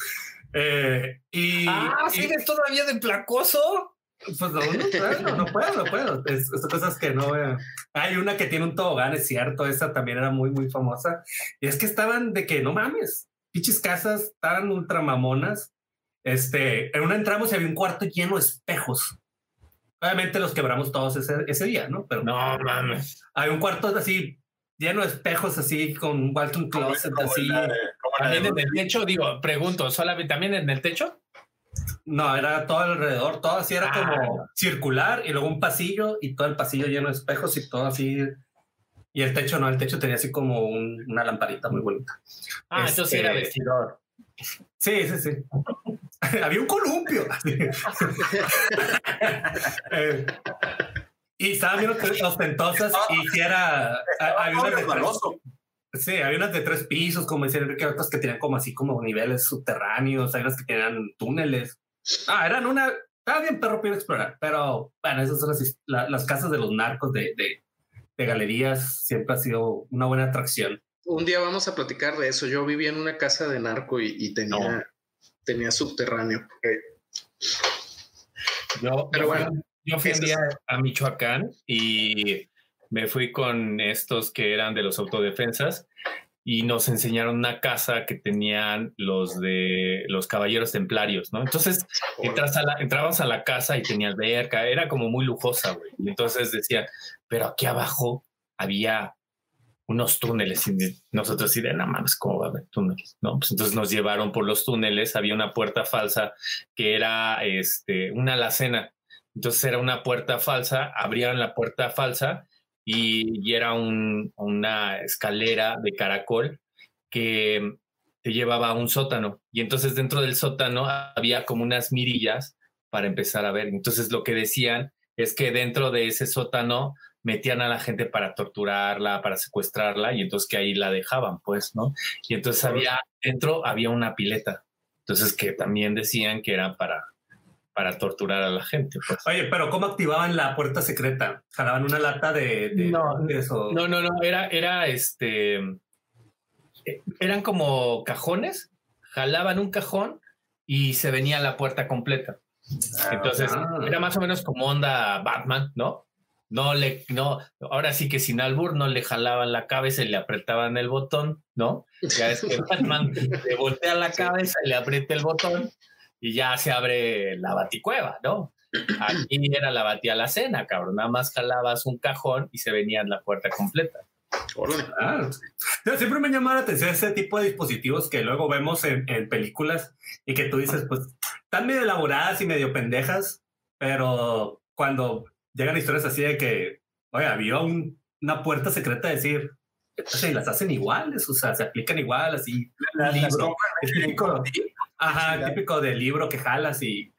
¿Sigues todavía de placoso? Pues no puedo. Estas cosas que no veo. Hay una que tiene un tobogán, es cierto, esa también era muy, muy famosa. Y es que estaban de que no mames, pinches casas, estaban ultra mamonas. En una entramos y había un cuarto lleno de espejos. Obviamente los quebramos todos ese día, ¿no? Pero no mames. Hay un cuarto así lleno de espejos, así con un walk-in closet, así. ¿También en el techo? Digo, pregunto, ¿solamente también en el techo? No, era todo alrededor, todo así era como circular, y luego un pasillo y todo el pasillo lleno de espejos y todo así. Y el techo tenía así como una lamparita muy bonita. Entonces era vestidor. Sí. Había un columpio. Y estaban bien ostentosas y si era... había unas de 3 pisos, como decía Enrique, otras que tenían como así como niveles subterráneos, hay unas que tenían túneles. Estaba bien perro para explorar, pero bueno, esas son las casas de los narcos de galerías, siempre ha sido una buena atracción. Un día vamos a platicar de eso. Yo vivía en una casa de narco y tenía subterráneo. Yo fui un día a Michoacán y me fui con estos que eran de los autodefensas y nos enseñaron una casa que tenían los caballeros templarios, ¿no? Entonces entrabas a la casa y tenía alberca, era como muy lujosa, güey. Y entonces decían, pero aquí abajo había unos túneles. Y nosotros así de, no mames, ¿cómo va a haber túneles? ¿No? Pues entonces nos llevaron por los túneles. Había una puerta falsa que era una alacena. Entonces era una puerta falsa, abrían la puerta falsa y era una escalera de caracol que te llevaba a un sótano. Y entonces dentro del sótano había como unas mirillas para empezar a ver. Entonces lo que decían es que dentro de ese sótano metían a la gente para torturarla, para secuestrarla, y entonces que ahí la dejaban, pues, ¿no? Y entonces dentro había una pileta. Entonces que también decían que era para torturar a la gente. Pues. Oye, pero ¿cómo activaban la puerta secreta? ¿Jalaban una lata de eso? No, eran como cajones, jalaban un cajón y se venía la puerta completa. Entonces era más o menos como onda Batman, ¿no? Ahora sí que sin albur no le jalaban la cabeza y le apretaban el botón, ¿no? Ya es que Batman le voltea la cabeza y le aprieta el botón y ya se abre la baticueva, ¿no? Aquí era la batialacena, cabrón. Nada más jalabas un cajón y se venía en la puerta completa. Claro. Siempre me llama la atención ese tipo de dispositivos que luego vemos en películas y que tú dices, pues, están medio elaboradas y medio pendejas, pero cuando llegan historias así de que, oye, había una puerta secreta de decir, se las hacen iguales, o sea, se aplican igual, así. Libro. Es típico, típico del libro que jalas y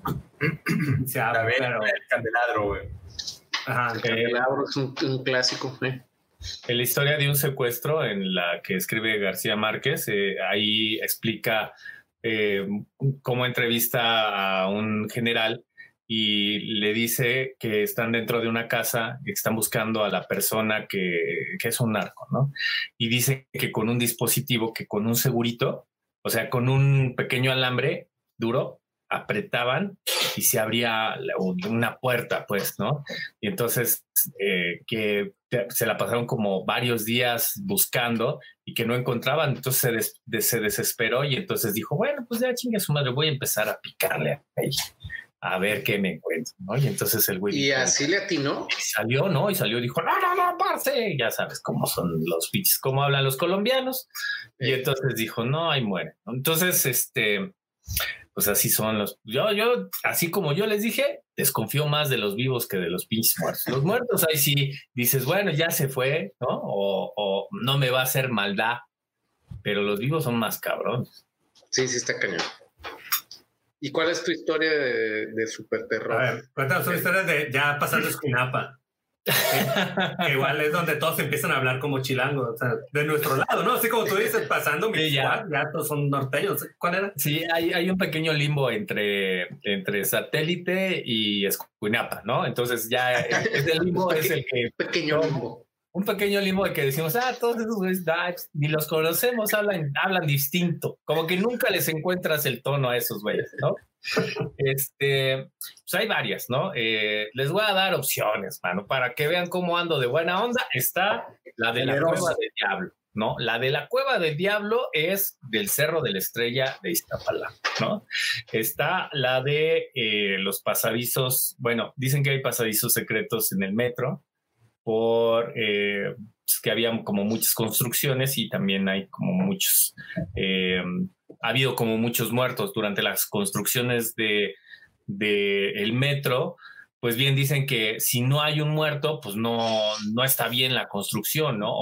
se abre. Pero... El candelabro, güey. Ajá, el candelabro es un clásico, En la historia de un secuestro en la que escribe García Márquez, ahí explica cómo entrevista a un general y le dice que están dentro de una casa y que están buscando a la persona que es un narco, ¿no? Y dice que con un dispositivo, que con un segurito, o sea, con un pequeño alambre duro, apretaban y se abría una puerta, pues, ¿no? Y entonces que se la pasaron como varios días buscando y que no encontraban, entonces se desesperó y entonces dijo, bueno, pues ya chingue su madre, voy a empezar a picarle ahí, a ver qué me encuentro, ¿no? Y entonces el güey... ¿Y dijo, así le atinó? Y salió, ¿no? Y salió y dijo, no, parce, ya sabes cómo son los pinches, cómo hablan los colombianos. Y entonces dijo, no, ahí muere. Entonces, pues así son los... Yo, así como yo les dije, desconfío más de los vivos que de los pinches muertos. Los muertos ahí sí dices, bueno, ya se fue, ¿no? O no me va a hacer maldad. Pero los vivos son más cabrones. Sí, está cañón. ¿Y cuál es tu historia de super terror? A ver, cuéntanos una historia de ya pasando Escuinapa. Que igual es donde todos empiezan a hablar como chilangos, o sea, de nuestro lado, ¿no? Así como tú dices, pasando mi ya todos son norteños. ¿Cuál era? Sí, hay un pequeño limbo entre Satélite y Escuinapa, ¿no? Entonces ya ese limbo es el que... Pequeño limbo. Un pequeño limbo de que decimos, todos esos güeyes ni los conocemos, hablan distinto. Como que nunca les encuentras el tono a esos güeyes, ¿no? Pues hay varias, ¿no? Les voy a dar opciones, mano, para que vean cómo ando de buena onda. Está la de la Cueva del Diablo, ¿no? La de la Cueva del Diablo es del Cerro de la Estrella de Iztapalapa, ¿no? Está la de los pasadizos, bueno, dicen que hay pasadizos secretos en el metro, por que había como muchas construcciones y también hay como muchos, ha habido como muchos muertos durante las construcciones de el metro. Pues bien dicen que si no hay un muerto, pues no está bien la construcción, ¿no?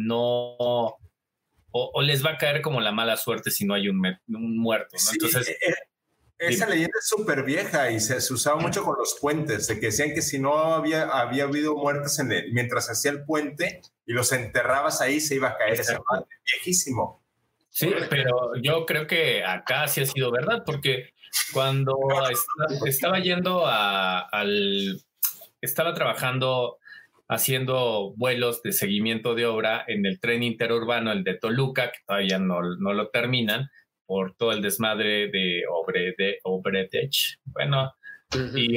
O les va a caer como la mala suerte si no hay un muerto, ¿no? Sí, entonces... Esa leyenda es súper vieja y se usaba mucho con los puentes, de que decían que si no había habido muertes mientras hacía el puente y los enterrabas ahí, se iba a caer ese madre. Viejísimo. Sí, pero yo creo que acá sí ha sido verdad, porque cuando estaba yendo estaba trabajando haciendo vuelos de seguimiento de obra en el tren interurbano, el de Toluca, que todavía no lo terminan, por todo el desmadre de Obretech, bueno, y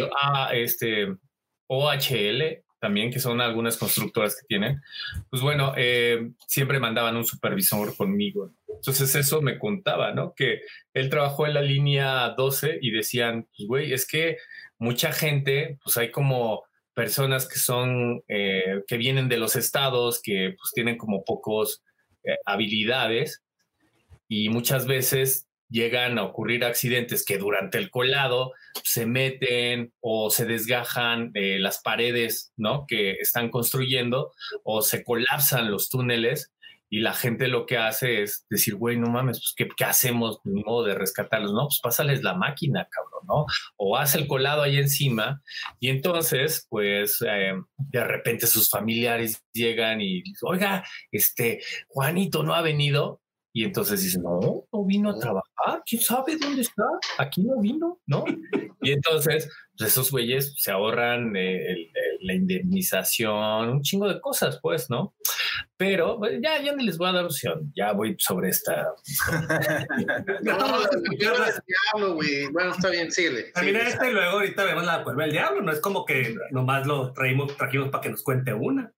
OHL también, que son algunas constructoras que tienen, pues bueno, siempre mandaban un supervisor conmigo. Entonces eso me contaba, ¿no? Que él trabajó en la línea 12 y decían, pues güey, es que mucha gente, pues hay como personas que son, que vienen de los estados, que pues tienen como pocos habilidades, y muchas veces llegan a ocurrir accidentes que durante el colado se meten o se desgajan las paredes, ¿no?, que están construyendo, o se colapsan los túneles, y la gente lo que hace es decir, güey, no mames, pues ¿qué hacemos? Ni modo de rescatarlos, ¿no? Pues pásales la máquina, cabrón, ¿no? O haz el colado ahí encima, y entonces, pues, de repente sus familiares llegan y dicen, oiga, Juanito no ha venido. Y entonces dicen, no vino a trabajar, ¿quién sabe dónde está? Aquí no vino, ¿no? Y entonces, pues esos güeyes se ahorran la indemnización, un chingo de cosas, pues, ¿no? Pero pues, ya ni les voy a dar opción, ya voy sobre esta. No, el diablo, güey. Bueno, está bien, síguele. También y luego ahorita vemos la cuerva del diablo, no es como que nomás lo trajimos para que nos cuente una.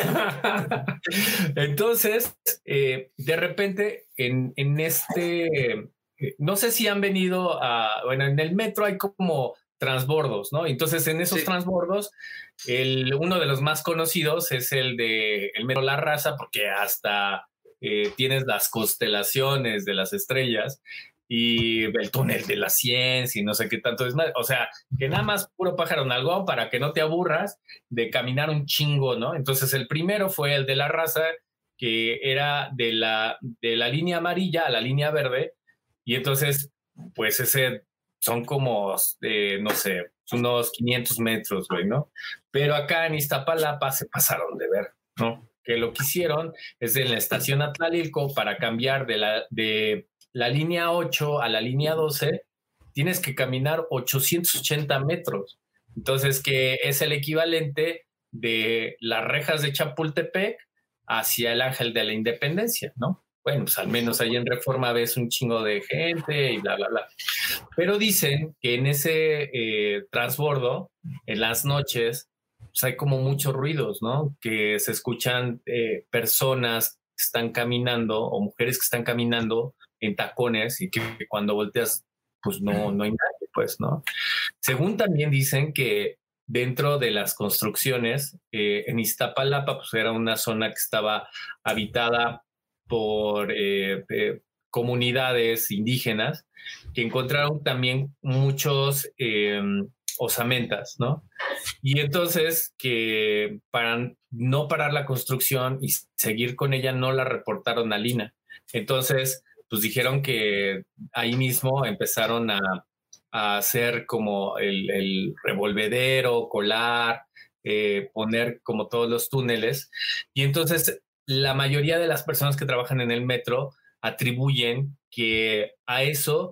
Entonces, de repente, en no sé si han venido bueno, en el metro hay como transbordos, ¿no? Entonces, en esos transbordos, uno de los más conocidos es el metro La Raza, porque hasta tienes las constelaciones de las estrellas y el túnel de la ciencia y no sé qué tanto es más. O sea, que nada más puro pájaro nalgón para que no te aburras de caminar un chingo, ¿no? Entonces, el primero fue el de La Raza, que era de la línea amarilla a la línea verde, y entonces, pues ese son como, no sé, unos 500 metros, güey, ¿no? Pero acá en Iztapalapa se pasaron de ver, ¿no? Que lo que hicieron es en la estación Atlalilco, para cambiar de la línea 8 a la línea 12, tienes que caminar 880 metros. Entonces, que es el equivalente de las rejas de Chapultepec hacia el Ángel de la Independencia, ¿no? Bueno, pues al menos ahí en Reforma ves un chingo de gente y bla, bla, bla. Pero dicen que en ese transbordo, en las noches, pues hay como muchos ruidos, ¿no? Que se escuchan personas que están caminando, o mujeres que están caminando en tacones, y que cuando volteas, pues no hay nadie, pues, ¿no? Según también dicen que dentro de las construcciones, en Iztapalapa, pues era una zona que estaba habitada por comunidades indígenas, que encontraron también muchos osamentas, ¿no? Y entonces, que para no parar la construcción y seguir con ella, no la reportaron a Lina. Entonces, pues dijeron que ahí mismo empezaron a hacer como el revolvedero, colar, poner como todos los túneles. Y entonces la mayoría de las personas que trabajan en el metro atribuyen que a eso,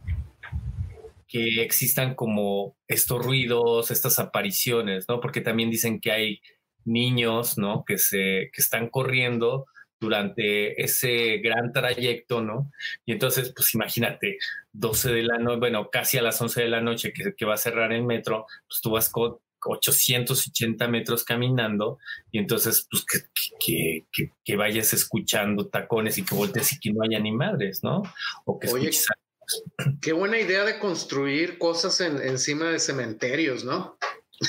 que existan como estos ruidos, estas apariciones, ¿no? Porque también dicen que hay niños, ¿no?, que están corriendo durante ese gran trayecto, ¿no? Y entonces, pues imagínate, 12 de la noche, bueno, casi a las 11 de la noche que va a cerrar el metro, pues tú vas con 880 metros caminando, y entonces, pues que vayas escuchando tacones y que voltees y que no haya ni madres, ¿no? O que escuches. Qué buena idea de construir cosas encima de cementerios, ¿no?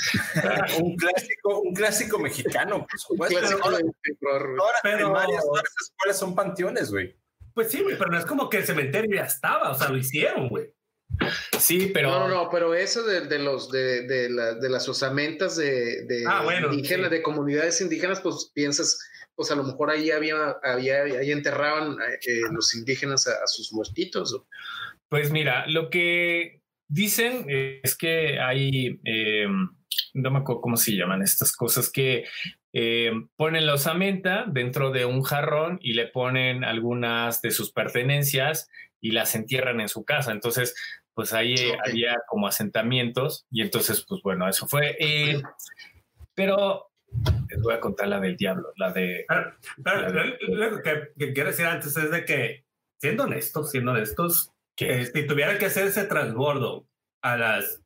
un clásico mexicano, por supuesto. Todas las primarias, todas las escuelas son panteones, güey. Pues sí, güey, pero no es como que el cementerio ya estaba, o sea, lo hicieron, güey. Sí, pero no, pero eso de las osamentas de indígenas, sí, de comunidades indígenas, pues piensas, pues a lo mejor ahí ahí enterraban los indígenas a sus muertitos. Pues mira, lo que dicen es que hay, no me acuerdo cómo se llaman estas cosas, que ponen la osamenta dentro de un jarrón y le ponen algunas de sus pertenencias y las entierran en su casa. Entonces, pues ahí había como asentamientos, y entonces, pues bueno, eso fue. Pero les voy a contar la del diablo, la de... Lo que quiero decir antes es de que, siendo honestos, si tuvieran que hacer ese transbordo a las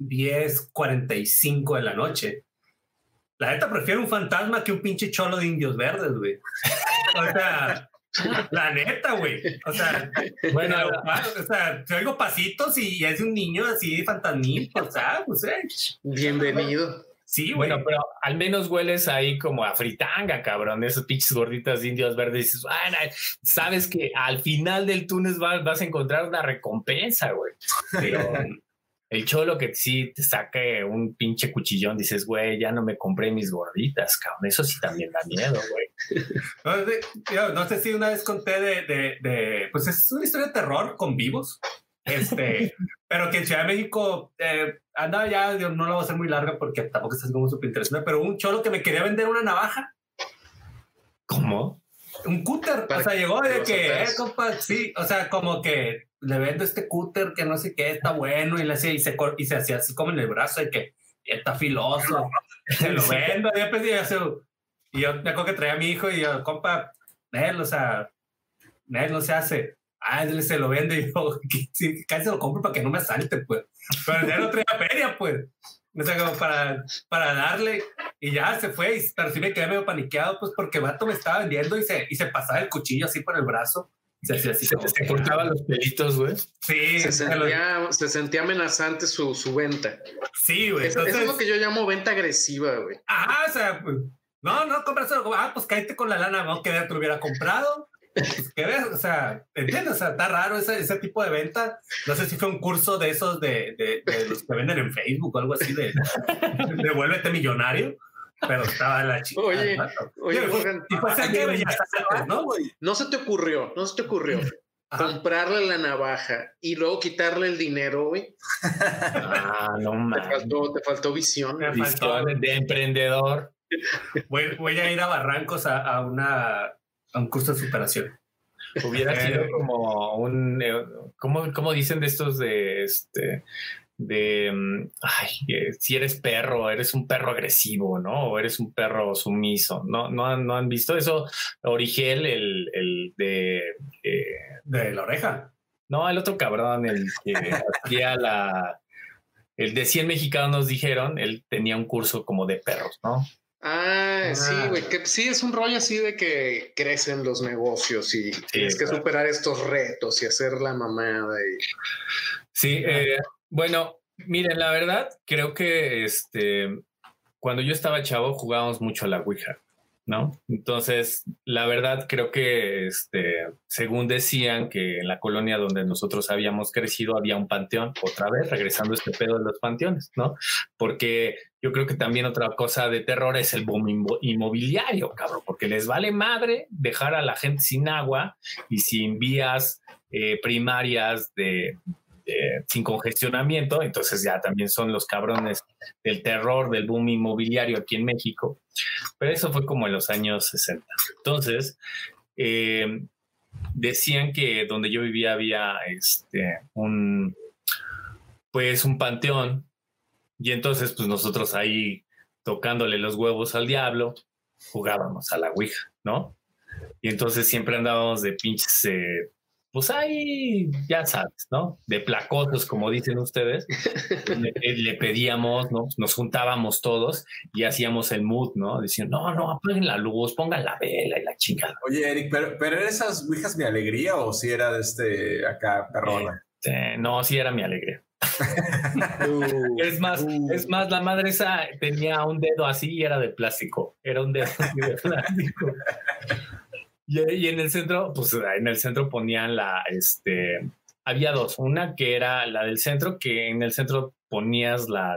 10:45 de la noche, la neta prefiero un fantasma que un pinche cholo de indios verdes, güey. O sea, la neta, güey. O sea, bueno, si oigo pasitos y es un niño así fantasmín, o sea, pues bienvenido. Sí, güey. Bueno, pero al menos hueles ahí como a fritanga, cabrón. Esas pinches gorditas de indios verdes. Dices, sabes que al final del túnel vas a encontrar una recompensa, güey. Pero el cholo que sí te saque un pinche cuchillón, dices, güey, ya no me compré mis gorditas, cabrón. Eso sí también da miedo, güey. No sé si una vez conté de pues es una historia de terror con vivos. Pero que en Ciudad de México andaba ya, no la voy a hacer muy larga porque tampoco está como súper interesante, pero un cholo que me quería vender una navaja. ¿Cómo? Un cúter, o sea, llegó de que, compa, sí, o sea, como que le vendo este cúter que no sé qué, está bueno, y le hacía, y se hacía así como en el brazo, de que está filoso, se lo vendo, y yo me acuerdo que traía a mi hijo, y yo, compa, él, o sea, él no se hace. Él se lo vende y yo, sí, casi se lo compro para que no me asalte, pues. Pero ya no traía feria, pues. O sea, como para darle, y ya se fue, pero sí me quedé medio paniqueado, pues, porque el vato me estaba vendiendo y se pasaba el cuchillo así por el brazo. Se hacía así como se cortaba los pelitos, güey. Sí. Se sentía amenazante su venta. Sí, güey. Eso es lo que yo llamo venta agresiva, güey. Ajá, o sea, pues, no, cómpraselo. Pues cállate con la lana, no, que te lo hubiera comprado. Pues, ¿qué ves? O sea, ¿entiendes? O sea, está raro ese tipo de venta. No sé si fue un curso de esos de los que venden en Facebook o algo así de vuélvete millonario, pero estaba la chica. Oye, Morgan, ¿no? Se te ocurrió comprarle la navaja y luego quitarle el dinero, güey. No mames. Te faltó visión. Visión de emprendedor. Voy a ir a Barrancos a un curso de superación. Hubiera sido como un, ¿cómo dicen de estos si eres perro, eres un perro agresivo, ¿no? O eres un perro sumiso. ¿No han visto eso? Origel, el de la oreja. No, el otro cabrón, el que hacía el de 100 mexicanos dijeron, él tenía un curso como de perros, ¿no? Sí, güey, que sí es un rollo así de que crecen los negocios y tienes que superar estos retos y hacer la mamada. Sí, bueno, miren, la verdad, creo que cuando yo estaba chavo jugábamos mucho a la Ouija, ¿no? Entonces, la verdad, creo que según decían que en la colonia donde nosotros habíamos crecido había un panteón, otra vez regresando este pedo de los panteones, ¿no? Porque yo creo que también otra cosa de terror es el boom inmobiliario, cabrón, porque les vale madre dejar a la gente sin agua y sin vías primarias sin congestionamiento. Entonces ya también son los cabrones del terror del boom inmobiliario aquí en México. Pero eso fue como en los años 60. Entonces, decían que donde yo vivía había un panteón. Y entonces, pues nosotros ahí tocándole los huevos al diablo, jugábamos a la Ouija, ¿no? Y entonces siempre andábamos de pinches, pues ahí, ya sabes, ¿no? De placosos, como dicen ustedes. Le pedíamos, ¿no? Nos juntábamos todos y hacíamos el mood, ¿no? Decían, no, apaguen la luz, pongan la vela y la chingada. Oye, Eric, ¿pero eran esas Ouijas mi alegría o si era de acá perrona? No, sí era mi alegría. Es más, la madre esa tenía un dedo así y era de plástico. Era un dedo así de plástico. Y en el centro, pues en el centro ponían había dos. Una que era la del centro, que en el centro ponías la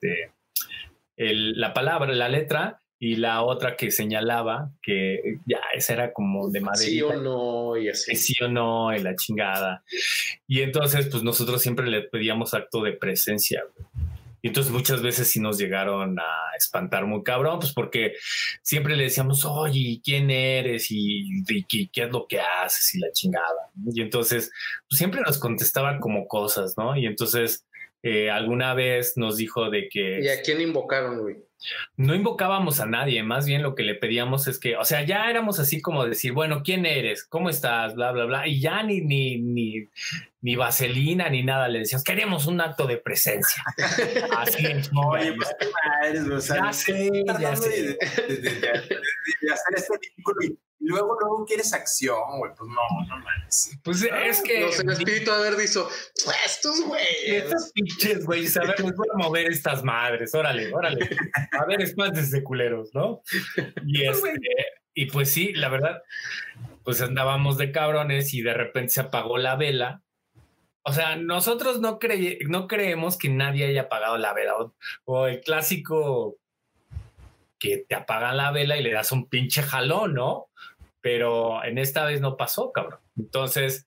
palabra, la letra, y la otra que señalaba que ya esa era como de madera. Sí o no, y así. Sí o no, y la chingada. Y entonces, pues nosotros siempre le pedíamos acto de presencia. Y entonces muchas veces sí nos llegaron a espantar muy cabrón, pues porque siempre le decíamos, oye, ¿quién eres? Y ¿qué es lo que haces? Y la chingada. Y entonces, pues siempre nos contestaba como cosas, ¿no? Y entonces alguna vez nos dijo de que... ¿Y a quién invocaron, güey? No invocábamos a nadie, más bien lo que le pedíamos es que, o sea, ya éramos así como decir, bueno, ¿quién eres? ¿Cómo estás? Bla, bla, bla. Y ya ni vaselina ni nada, le decíamos, queremos un acto de presencia. Así es. Oye, pues qué madres, o sea, ya sé. De hacer este vínculo y luego quieres acción, güey. Pues no mames. Pues es que... No sé, el espíritu de haber dicho, estos güeyes. Estos pinches, güey. A ver, les voy a mover estas madres. Órale. A ver, espántense, culeros, ¿no? Y pues sí, la verdad, pues andábamos de cabrones y de repente se apagó la vela. O sea, nosotros no creemos que nadie haya apagado la vela. O el clásico que te apagan la vela y le das un pinche jalón, ¿no? Pero en esta vez no pasó, cabrón. Entonces,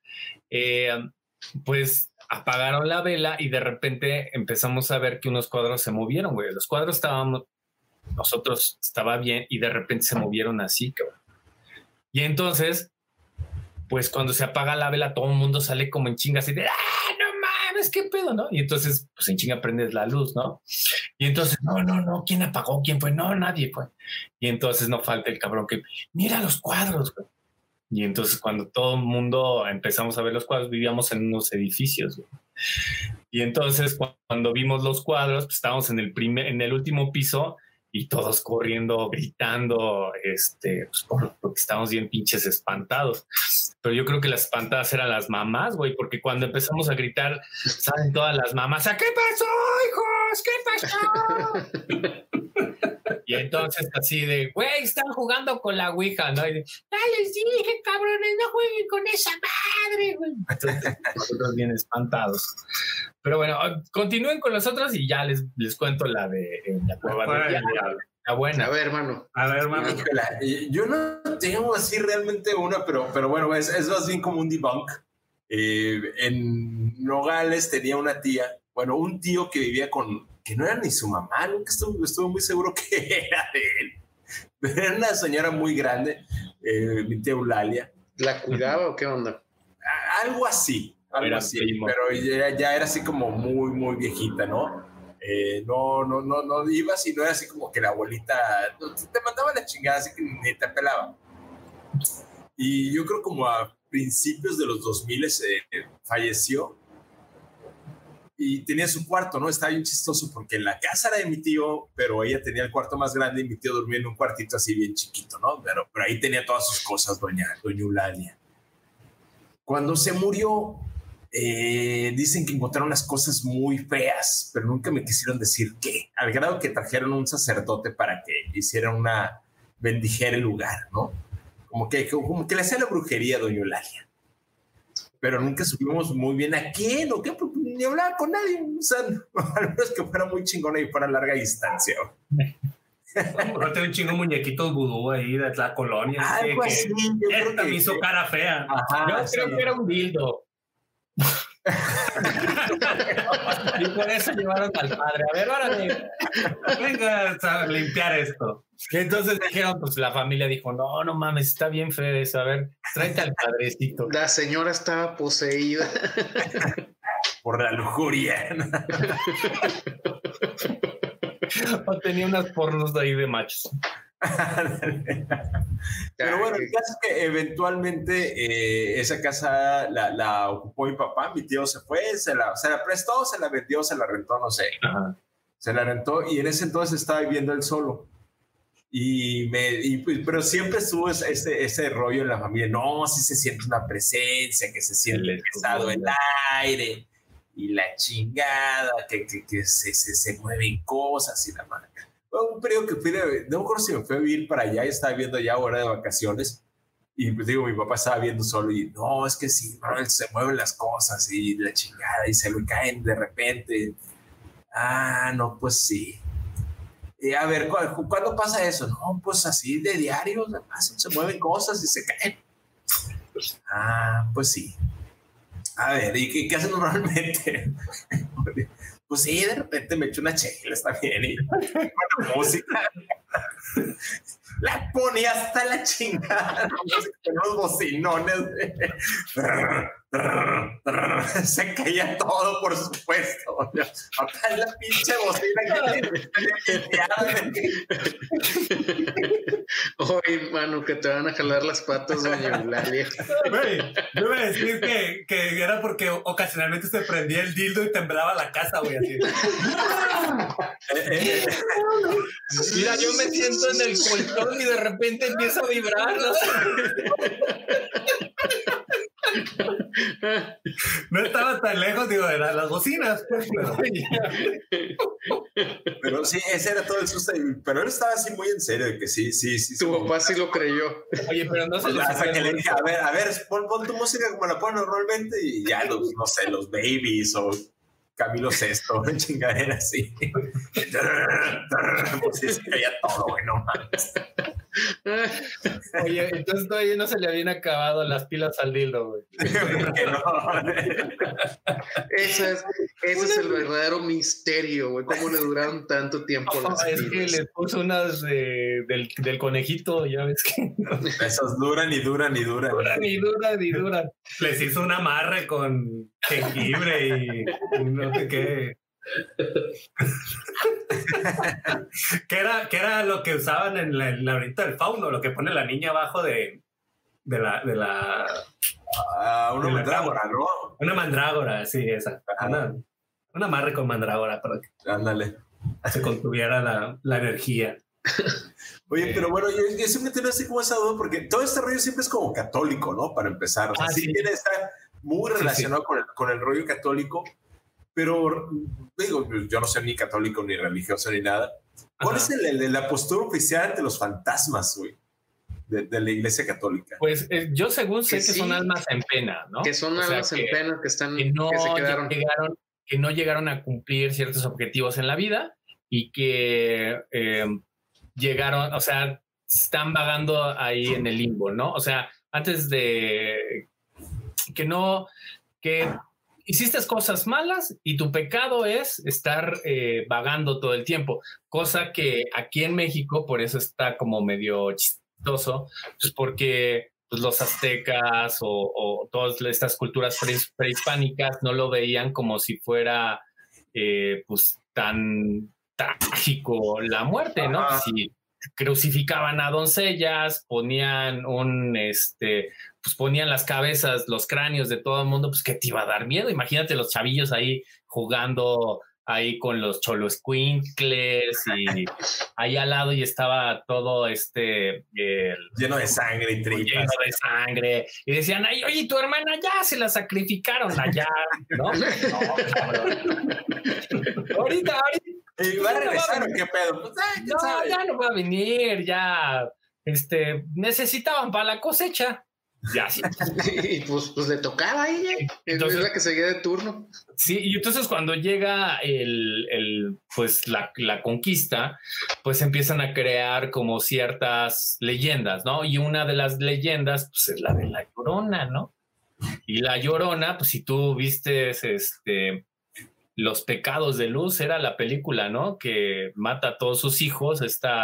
pues apagaron la vela y de repente empezamos a ver que unos cuadros se movieron, güey. Los cuadros nosotros estaba bien y de repente se movieron así, cabrón. Y entonces, pues cuando se apaga la vela, todo el mundo sale como en chinga así de, no mames, qué pedo, ¿no? Y entonces, pues en chinga prendes la luz, ¿no? Y entonces, no, ¿quién apagó? ¿Quién fue? No, nadie fue. Y entonces no falta el cabrón que, mira los cuadros, güey. Y entonces cuando todo el mundo empezamos a ver los cuadros, vivíamos en unos edificios, güey. Y entonces cuando vimos los cuadros, pues estábamos en el último piso y todos corriendo, gritando, pues porque estábamos bien pinches espantados. Pero yo creo que las espantadas eran las mamás, güey, porque cuando empezamos a gritar, salen todas las mamás, ¿a qué pasó, hijos? ¿Qué pasó? Y entonces así de, güey, están jugando con la ouija, ¿no? Y de, les dije, cabrones, no jueguen con esa madre, güey. Entonces nosotros bien espantados. Pero bueno, continúen con los otros y ya les cuento la de la cueva de la buena. A ver, hermano. Yo no tengo así realmente una, pero bueno, es más bien como un debunk. En Nogales tenía una tía, bueno, un tío que vivía que no era ni su mamá, nunca estuve muy seguro que era de él. Pero era una señora muy grande, mi tía Eulalia. ¿La cuidaba o qué onda? Algo así, pero ya era así como muy, muy viejita, ¿no? No ibas y no era así como que la abuelita te mandaba la chingada, así que ni te pelaba. Y yo creo como a principios de los 2000 falleció y tenía su cuarto, ¿no? Estaba bien chistoso porque la casa era de mi tío, pero ella tenía el cuarto más grande y mi tío dormía en un cuartito así bien chiquito, ¿no? Pero ahí tenía todas sus cosas, doña Eulalia. Cuando se murió, dicen que encontraron unas cosas muy feas, pero nunca me quisieron decir qué, al grado que trajeron un sacerdote para que hiciera bendijera el lugar, ¿no? Como que le hacía la brujería a doña Eulalia. Pero nunca supimos muy bien a quién o qué, ni hablaba con nadie. O sea, al menos que fuera muy chingona y fuera a larga distancia. Mejor tengo un chingo de muñequitos vudú ahí de la colonia. Algo así. Esta me hizo cara fea. Ajá, yo creo que era un dildo. Y por eso llevaron al padre. A ver, órale, venga a limpiar esto. Y entonces dijeron, pues la familia dijo, no mames, está bien feo eso. A ver, tráete al padrecito. La señora estaba poseída por la lujuria. O tenía unas pornos de ahí de machos. Pero bueno, el caso es que eventualmente esa casa la ocupó mi papá. Mi tío se fue, se la prestó, se la vendió, se la rentó, no sé. Ajá. Se la rentó y en ese entonces estaba viviendo él solo. Pero siempre estuvo ese rollo en la familia. No, sí se siente una presencia, que se siente pesado el aire y la chingada, que se mueven cosas y la madre. Un periodo que no me acuerdo si me fui a vivir para allá y estaba viendo ya hora de vacaciones y pues digo, mi papá estaba viendo solo y no, es que sí, se mueven las cosas y la chingada y se le caen de repente. No, pues sí. A ver, ¿cuándo pasa eso? No, pues así de diario, se mueven cosas y se caen. Pues sí. A ver, ¿y qué hacen normalmente? Pues sí, de repente me echo una chela, está bien, y bueno, música. La ponía hasta la chingada, con unos bocinones. Se caía todo, por supuesto. Acá es la pinche bocina Oye, mano, que te van a jalar las patas, doña Eulalia. Güey, yo iba a decir que era porque ocasionalmente se prendía el dildo y temblaba la casa, güey, así. Mira, yo me siento en el colchón y de repente empieza a vibrar. No estaba tan lejos, digo, de las bocinas, pues, pero sí, ese era todo el susto. Pero él estaba así muy en serio de que sí. Tu papá sí lo creyó. Oye, pero no se les hasta que le dije, a ver, pon tu música como la ponen normalmente y ya los Babies o Camilo Sesto, chingadera así. Pues sí, se caía todo, güey, no mames. Oye, entonces todavía no se le habían acabado las pilas al dildo, güey. Ese es el verdadero misterio, güey. ¿Cómo le duraron tanto tiempo las pilas? Es que les puso unas del conejito, ya ves que. Esas duran. Duran. Les hizo un amarre con jengibre y no sé qué. ¿Qué era lo que usaban en el laberinto del fauno? Lo que pone la niña abajo de la una mandrágora, ¿no? Una mandrágora, sí, esa. Un amarre con mandrágora para que se contuviera la energía. Oye, pero bueno, yo siempre tengo así como esa duda porque todo este rollo siempre es como católico, ¿no? Para empezar, o sea, sí está muy relacionado con el rollo católico. Pero digo, yo no soy ni católico, ni religioso, ni nada. ¿Cuál es la postura oficial ante los fantasmas, güey, de la Iglesia Católica? Pues yo según sé que son almas en pena, ¿no? Que son almas en pena que están... Que no llegaron a cumplir ciertos objetivos en la vida y que llegaron, o sea, están vagando ahí en el limbo, ¿no? O sea, antes de que hiciste cosas malas y tu pecado es estar vagando todo el tiempo, cosa que aquí en México por eso está como medio chistoso, pues porque pues, los aztecas o todas estas culturas prehispánicas no lo veían como si fuera pues tan trágico la muerte, ¿no? Si crucificaban a doncellas, ponían pues ponían las cabezas, los cráneos de todo el mundo, pues que te iba a dar miedo. Imagínate los chavillos ahí jugando ahí con los choloscuincles y ahí al lado y estaba todo lleno de sangre y tripas. Lleno de sangre. Y decían, ay, oye, tu hermana ya se la sacrificaron allá, ¿no? No, cabrón. Ahorita. ¿Y va a regresar o qué pedo? Pues, no, ya no va a venir, ya. Necesitaban para la cosecha. Ya, sí. Y pues le tocaba a ella. Entonces, es la que seguía de turno. Sí, y entonces cuando llega pues la conquista, pues empiezan a crear como ciertas leyendas, ¿no? Y una de las leyendas, pues es la de la Llorona, ¿no? Y la Llorona, pues si tú vistes Los Pecados de Luz, era la película, ¿no? Que mata a todos sus hijos,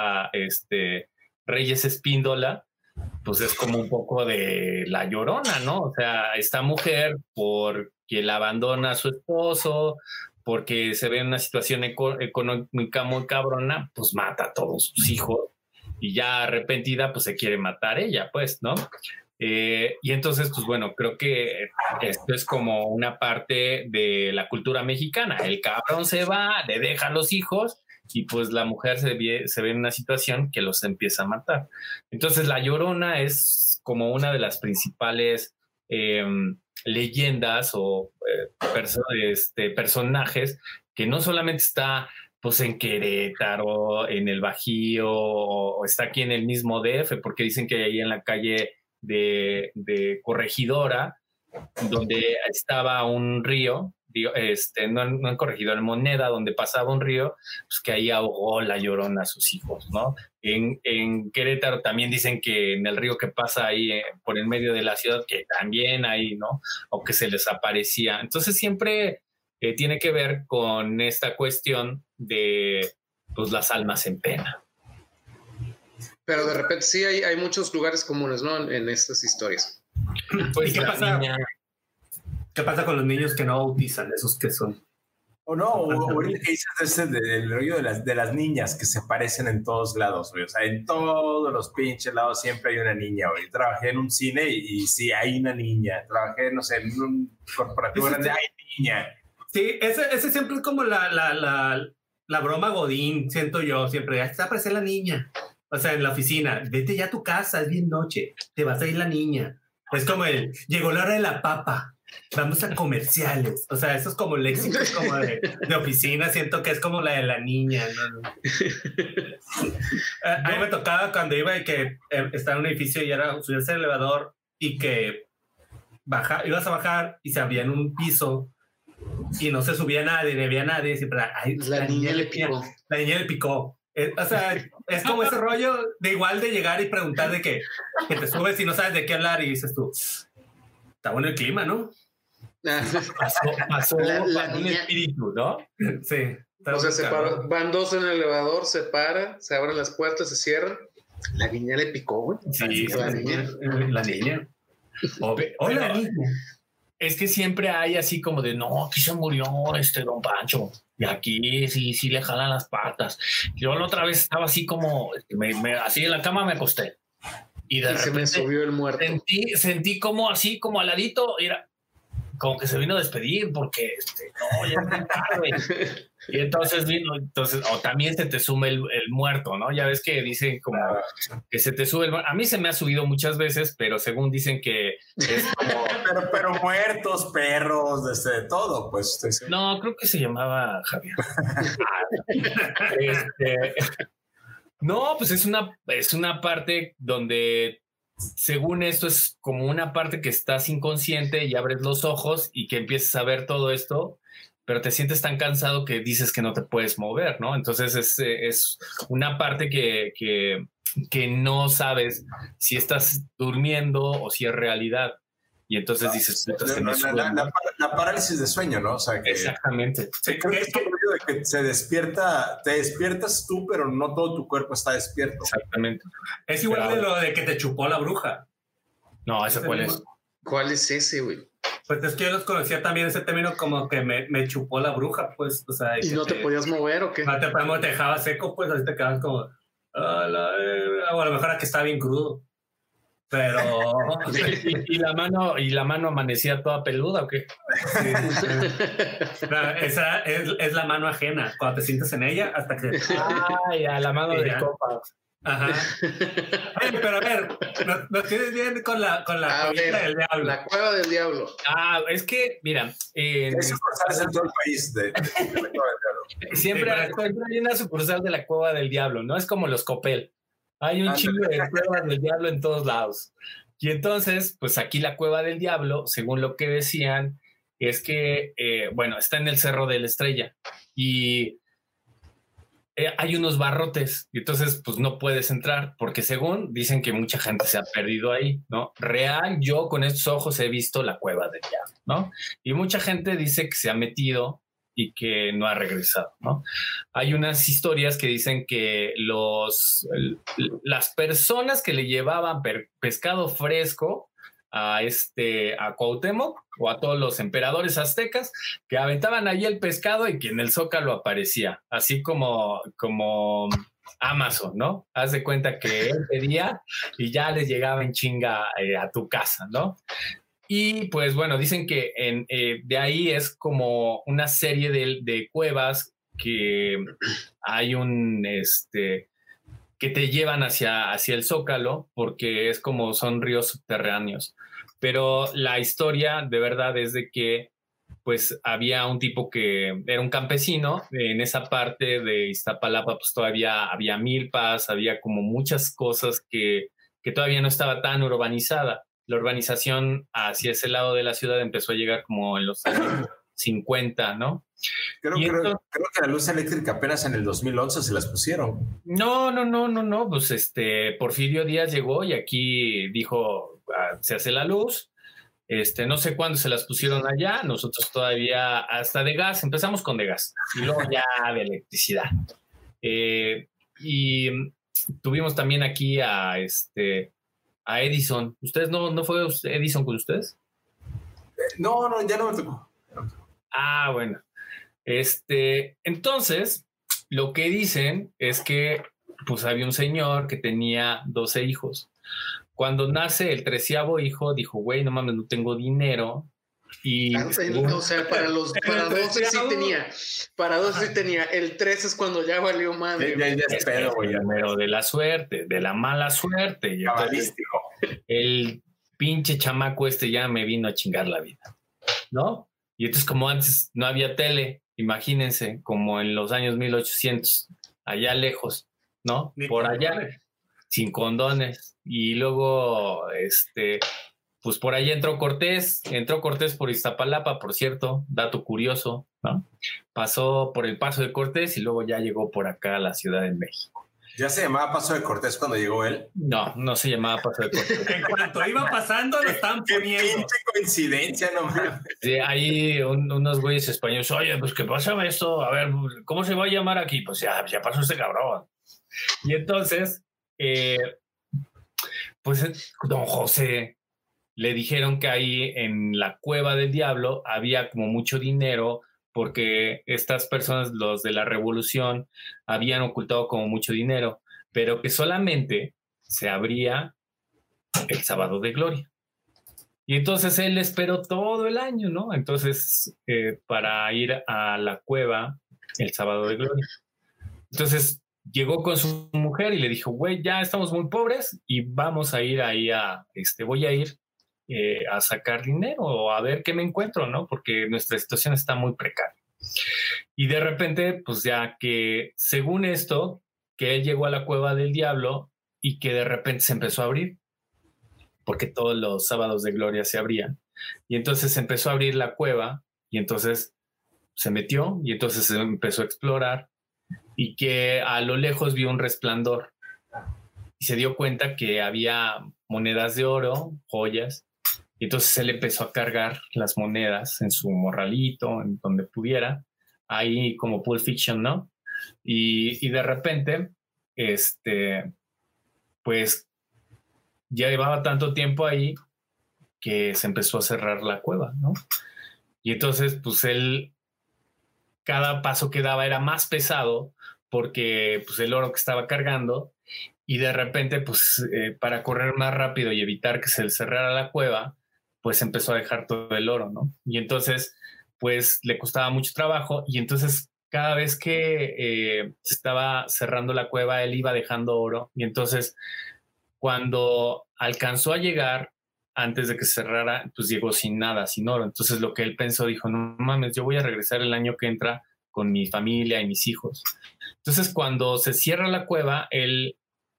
Reyes Espíndola, pues es como un poco de la Llorona, ¿no? O sea, esta mujer, porque la abandona a su esposo, porque se ve en una situación económica muy cabrona, pues mata a todos sus hijos y ya arrepentida, pues se quiere matar ella, pues, ¿no? Y entonces, pues bueno, creo que esto es como una parte de la cultura mexicana. El cabrón se va, le deja a los hijos y pues la mujer se ve en una situación que los empieza a matar. Entonces la Llorona es como una de las principales leyendas o personajes que no solamente está pues en Querétaro, en el Bajío, o está aquí en el mismo DF, porque dicen que ahí en la calle de Corregidora, donde estaba un río, no en Corregidora, en Moneda, donde pasaba un río, pues que ahí ahogó la Llorona a sus hijos, ¿no? En Querétaro también dicen que en el río que pasa ahí por el medio de la ciudad, que también ahí, ¿no? O que se les aparecía. Entonces siempre tiene que ver con esta cuestión de pues, las almas en pena. Pero de repente sí hay muchos lugares comunes, ¿no? En estas historias. Pues ¿Y qué pasa con los niños que no bautizan? ¿Esos qué son? O no, o ahorita que dices del rollo de las niñas que se parecen en todos lados, güey. O sea, en todos los pinches lados siempre hay una niña, güey. Trabajé en un cine y sí, hay una niña. Trabajé, no sé, en un corporativo grande, hay niña. Sí, ese siempre es como la broma godín, siento yo, siempre. Está a aparecer la niña. O sea, en la oficina, vete ya a tu casa, es bien noche, te vas a ir la niña. Es como llegó la hora de la papa. Vamos a comerciales. O sea, eso es como el léxico como de oficina. Siento que es como la de la niña, ¿no? A mí me tocaba cuando iba y que estaba en un edificio y era subirse al elevador y que ibas a bajar y se abría en un piso y no se subía nadie, ni había nadie. Siempre, la niña le picó. La niña le picó. O sea, es como ese rollo de igual de llegar y preguntar de que te subes y no sabes de qué hablar y dices tú, está bueno el clima, ¿no? Pasó la un niña, espíritu, ¿no? Sí. O sea, van dos en el elevador, se para, se abren las puertas, se cierran. La niña le picó, güey. Sí, la niña. Hola, niña. Es que siempre hay así como de, no, aquí se murió don Pancho. Y aquí sí le jalan las patas. Yo la otra vez estaba así como, así en la cama me acosté. Y de repente se me subió el muerto. Sentí como así, como al ladito, era como que se vino a despedir porque, no, ya es muy tarde. Y entonces o también se te sube el muerto, ¿no? Ya ves que dicen como que se te sube el muerto. A mí se me ha subido muchas veces, pero según dicen que es como... pero muertos, perros, de todo, pues. No, creo que se llamaba Javier. No, pues es una parte donde, según esto, es como una parte que estás inconsciente y abres los ojos y que empiezas a ver todo esto, pero te sientes tan cansado que dices que no te puedes mover, ¿no? Entonces es una parte que no sabes si estás durmiendo o si es realidad. Y entonces dices, la parálisis de sueño, ¿no? O sea, que exactamente. Sí, creo que es como de que te despiertas tú, pero no todo tu cuerpo está despierto. Exactamente. Es igual de lo de que te chupó la bruja. No, ¿ese cuál es? ¿Cuál es ese, güey? Pues es que yo los conocía también ese término como que me chupó la bruja, pues, o sea... ¿Y no te podías mover o qué? No te dejaba seco, pues, así te quedabas como... o a lo mejor era que estaba bien crudo. Pero... ¿Y la mano amanecía toda peluda o qué? Sí. No, esa es la mano ajena, cuando te sientes en ella hasta que... Ya, la mano de copa. Ajá. Pero a ver, nos tienes bien con la cueva del diablo. La cueva del diablo. Es que, mira... Hay sucursales en todo el país de la cueva del diablo. Siempre hay una sucursal de la cueva del diablo, ¿no? Es como los Copel. Hay un chingo de cuevas del diablo en todos lados. Y entonces, pues aquí la cueva del diablo, según lo que decían, es que, está en el Cerro de la Estrella y hay unos barrotes y entonces pues no puedes entrar porque según dicen que mucha gente se ha perdido ahí, ¿no? Real, yo con estos ojos he visto la cueva del diablo, ¿no? Y mucha gente dice que se ha metido y que no ha regresado, ¿no? Hay unas historias que dicen que las personas que le llevaban pescado fresco a Cuauhtémoc o a todos los emperadores aztecas que aventaban ahí el pescado y que en el Zócalo aparecía, así como Amazon, ¿no? Haz de cuenta que él pedía y ya les llegaba en chinga a tu casa, ¿no? Y pues bueno, dicen que de ahí es como una serie de cuevas que hay que te llevan hacia el Zócalo porque es como son ríos subterráneos. Pero la historia de verdad es de que pues había un tipo que era un campesino en esa parte de Iztapalapa, pues todavía había milpas, había como muchas cosas que todavía no estaba tan urbanizada. La urbanización hacia ese lado de la ciudad empezó a llegar como en los años 50, ¿no? Creo que la luz eléctrica apenas en el 2011 se las pusieron. No, pues Porfirio Díaz llegó y aquí dijo, se hace la luz. No sé cuándo se las pusieron allá, nosotros todavía hasta de gas, empezamos con de gas y luego ya de electricidad. Y tuvimos también aquí a Edison. ¿Ustedes no fue Edison con ustedes? No, ya no me tocó. Bueno. Entonces, lo que dicen es que pues había un señor que tenía 12 hijos. Cuando nace el 13º hijo, dijo, güey, no mames, no tengo dinero. Y o sea, para 12 sí tenía. Para 12 sí tenía. El 13 es cuando ya valió madre. Ya es pedo, güey. El número de la suerte, de la mala suerte. Y Cabalístico. El pinche chamaco ya me vino a chingar la vida, ¿no? Y entonces, como antes no había tele, imagínense, como en los años 1800, allá lejos, ¿no? Por allá, sin condones. Y luego, pues por ahí entró Cortés por Iztapalapa, por cierto, dato curioso, ¿no? Pasó por el Paso de Cortés y luego ya llegó por acá a la Ciudad de México. ¿Ya se llamaba Paso de Cortés cuando llegó él? No se llamaba Paso de Cortés. En cuanto iba pasando, lo estaban poniendo. Qué pinche coincidencia, no mames. Sí, hay unos güeyes españoles, oye, pues ¿qué pasa esto? A ver, ¿cómo se va a llamar aquí? Pues ya pasó este cabrón. Y entonces, pues don José le dijeron que ahí en la Cueva del Diablo había como mucho dinero porque estas personas, los de la revolución, habían ocultado como mucho dinero, pero que solamente se abría el Sábado de Gloria. Y entonces él esperó todo el año, ¿no? Entonces, para ir a la cueva el Sábado de Gloria. Entonces, llegó con su mujer y le dijo, güey, ya estamos muy pobres y vamos a ir ahí voy a ir a sacar dinero o a ver qué me encuentro, ¿no? Porque nuestra situación está muy precaria. Y de repente, pues ya que según esto, que él llegó a la Cueva del Diablo y que de repente se empezó a abrir, porque todos los sábados de gloria se abrían. Y entonces se empezó a abrir la cueva y entonces se metió y entonces se empezó a explorar y que a lo lejos vio un resplandor y se dio cuenta que había monedas de oro, joyas. Y entonces él empezó a cargar las monedas en su morralito, en donde pudiera, ahí como Pulp Fiction, ¿no? Y de repente, pues ya llevaba tanto tiempo ahí que se empezó a cerrar la cueva, ¿no? Y entonces, pues él, cada paso que daba era más pesado porque pues el oro que estaba cargando y de repente, pues para correr más rápido y evitar que se cerrara la cueva, pues empezó a dejar todo el oro, ¿no? Y entonces, pues le costaba mucho trabajo y entonces cada vez que se estaba cerrando la cueva, él iba dejando oro y entonces cuando alcanzó a llegar antes de que cerrara, pues llegó sin nada, sin oro. Entonces lo que él pensó, dijo, no mames, yo voy a regresar el año que entra con mi familia y mis hijos. Entonces cuando se cierra la cueva, él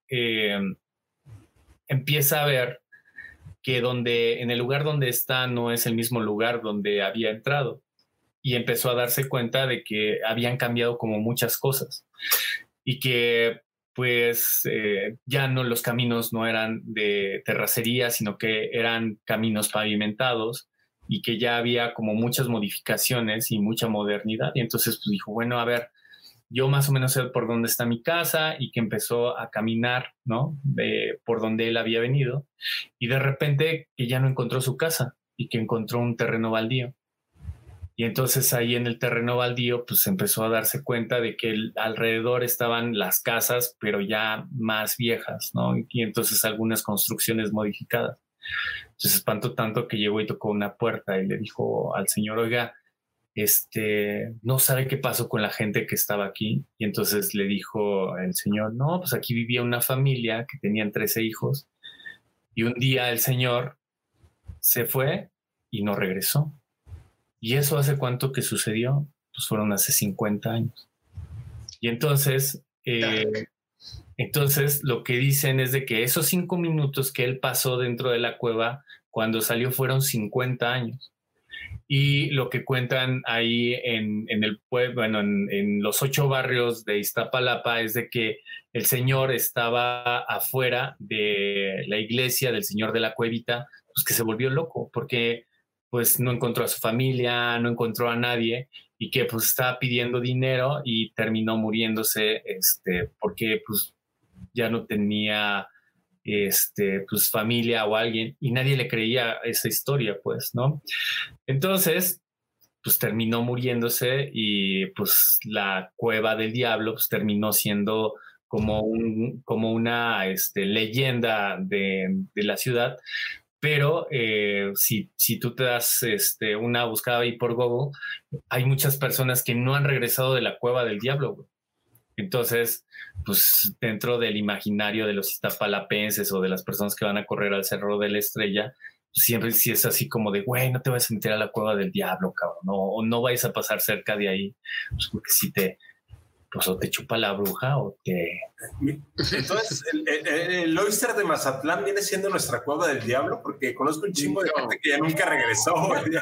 empieza a ver que en el lugar donde está no es el mismo lugar donde había entrado y empezó a darse cuenta de que habían cambiado como muchas cosas y que pues ya no, los caminos no eran de terracería, sino que eran caminos pavimentados y que ya había como muchas modificaciones y mucha modernidad. Y entonces pues dijo, bueno, a ver, yo más o menos sé por dónde está mi casa y que empezó a caminar, ¿no? Por donde él había venido y de repente que ya no encontró su casa y que encontró un terreno baldío. Y entonces ahí en el terreno baldío pues empezó a darse cuenta de que alrededor estaban las casas, pero ya más viejas, ¿no? Y entonces algunas construcciones modificadas. Entonces se espantó tanto que llegó y tocó una puerta y le dijo al señor, oiga, no sabe qué pasó con la gente que estaba aquí. Y entonces le dijo el señor, no, pues aquí vivía una familia que tenían 13 hijos. Y un día el señor se fue y no regresó. ¿Y eso hace cuánto que sucedió? Pues fueron hace 50 años. Y entonces lo que dicen es de que esos 5 minutos que él pasó dentro de la cueva, cuando salió fueron 50 años. Y lo que cuentan ahí en el pueblo, bueno, en los 8 barrios de Iztapalapa es de que el señor estaba afuera de la iglesia del Señor de la Cuevita, pues que se volvió loco porque pues no encontró a su familia, no encontró a nadie y que pues estaba pidiendo dinero y terminó muriéndose porque pues ya no tenía pues familia o alguien y nadie le creía esa historia, pues, ¿no? Entonces, pues terminó muriéndose y pues la Cueva del Diablo pues terminó siendo como una leyenda de la ciudad. Pero si tú te das una buscada ahí por Google, hay muchas personas que no han regresado de la Cueva del Diablo, güey. Entonces, pues dentro del imaginario de los iztapalapenses o de las personas que van a correr al Cerro de la Estrella, pues siempre sí es así como de, güey, no te vayas a meter a la Cueva del Diablo, cabrón, o no vayas a pasar cerca de ahí, pues porque si pues o te chupa la bruja o te... Entonces, el oyster de Mazatlán viene siendo nuestra Cueva del Diablo, porque conozco un chingo de gente que ya nunca regresó.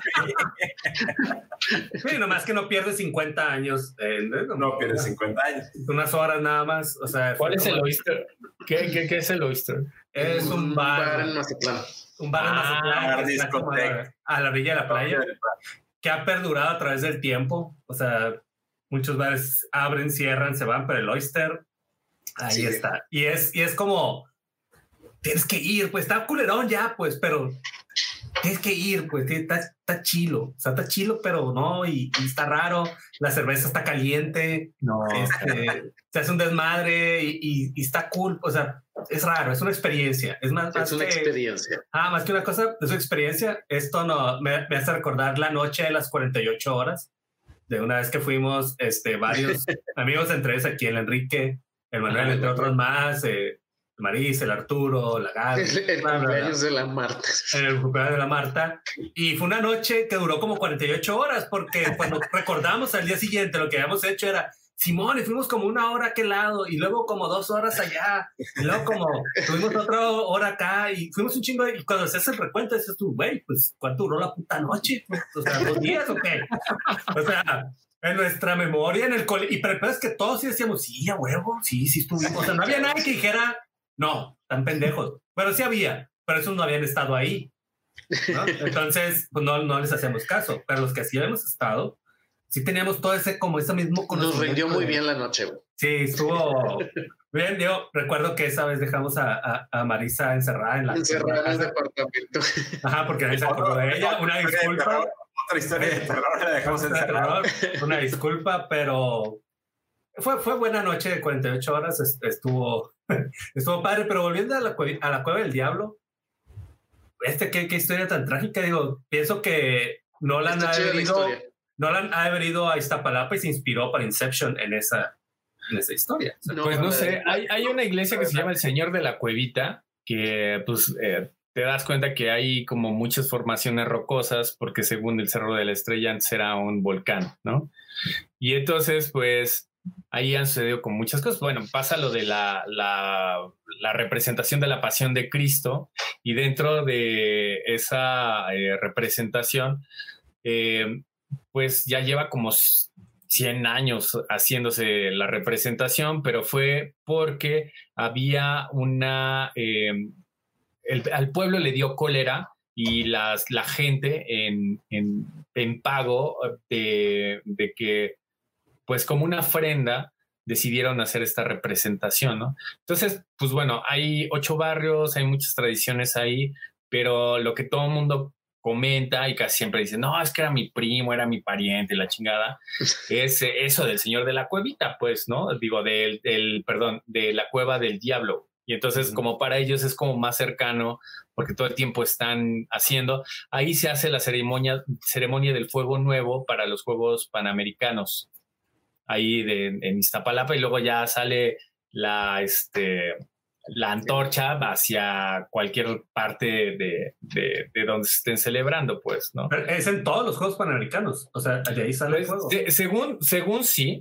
Sí, nomás que no pierdes 50 años. No pierdes 50 años. Unas horas nada más. O sea, ¿cuál es el oyster? ¿Qué es el oyster? Es un bar en Mazatlán. Un bar en Mazatlán. Que está como a la orilla de la playa. Que ha perdurado a través del tiempo. O sea, muchos bares abren, cierran, se van, pero el oyster, ahí está. Y es como, tienes que ir, pues está culerón ya, pues, pero tienes que ir, pues está chilo. O sea, está chilo, pero no, y está raro. La cerveza está caliente. No. Se hace un desmadre y está cool. O sea, es raro, es una experiencia. Es una experiencia. Más que una cosa, es una experiencia. Esto me hace recordar la noche de las 48 horas. De una vez que fuimos varios amigos, entre ellos aquí el Enrique, el Manuel, entre otros más, el Maris, el Arturo, la Gaby. El cumpleaños de la Marta. El cumpleaños de la Marta. Y fue una noche que duró como 48 horas, porque cuando recordamos al día siguiente lo que habíamos hecho era, Simón, y fuimos como 1 hora a aquel lado, y luego como 2 horas allá, y luego como tuvimos otra hora acá, y fuimos un chingo, y cuando se hace el recuento, dices tú, güey, pues, ¿cuánto duró la puta noche? O sea, 2 días o qué? O sea, en nuestra memoria, en el colegio, y pero es que todos sí decíamos, sí, a huevo, sí estuvimos, o sea, no había nadie que dijera, no, tan pendejos, pero sí había, pero esos no habían estado ahí, ¿no? Entonces, pues no les hacíamos caso, pero los que sí habíamos estado, sí teníamos todo ese mismo conocimiento. Nos rindió muy bien la noche, güey. Sí, estuvo bien. Yo recuerdo que esa vez dejamos a Marisa encerrada en el departamento. Ajá, porque nadie se acordó de ella. Una disculpa. Otra historia de terror, la dejamos encerrada. Una disculpa, pero fue buena noche de 48 horas. Estuvo padre, pero volviendo a la Cueva del Diablo, qué historia tan trágica. Digo, pienso que Nolan ha haber ido a Iztapalapa y se inspiró para Inception en esa historia. O sea, pues no sé, hay una iglesia que se llama el Señor de la Cuevita, que pues te das cuenta que hay como muchas formaciones rocosas, porque según el Cerro de la Estrella antes era un volcán, ¿no? Y entonces pues ahí han sucedido con muchas cosas. Bueno, pasa lo de la representación de la Pasión de Cristo, y dentro de esa representación pues ya lleva como 100 años haciéndose la representación, pero fue porque había al pueblo le dio cólera, y la gente en pago de que, pues como una ofrenda, decidieron hacer esta representación, ¿no? Entonces, pues bueno, hay 8 barrios, hay muchas tradiciones ahí, pero lo que todo el mundo comenta y casi siempre dice, no, es que era mi primo, era mi pariente, la chingada, es eso del Señor de la Cuevita, pues, ¿no? Digo, de la Cueva del Diablo. Y entonces, como para ellos es como más cercano, porque todo el tiempo están haciendo, ahí se hace la ceremonia del fuego nuevo para los Juegos Panamericanos, ahí en Iztapalapa, y luego ya sale la antorcha hacia cualquier parte de donde se estén celebrando, pues, ¿no? Pero es en todos los Juegos Panamericanos, o sea, de ahí sale el juego. Según sí,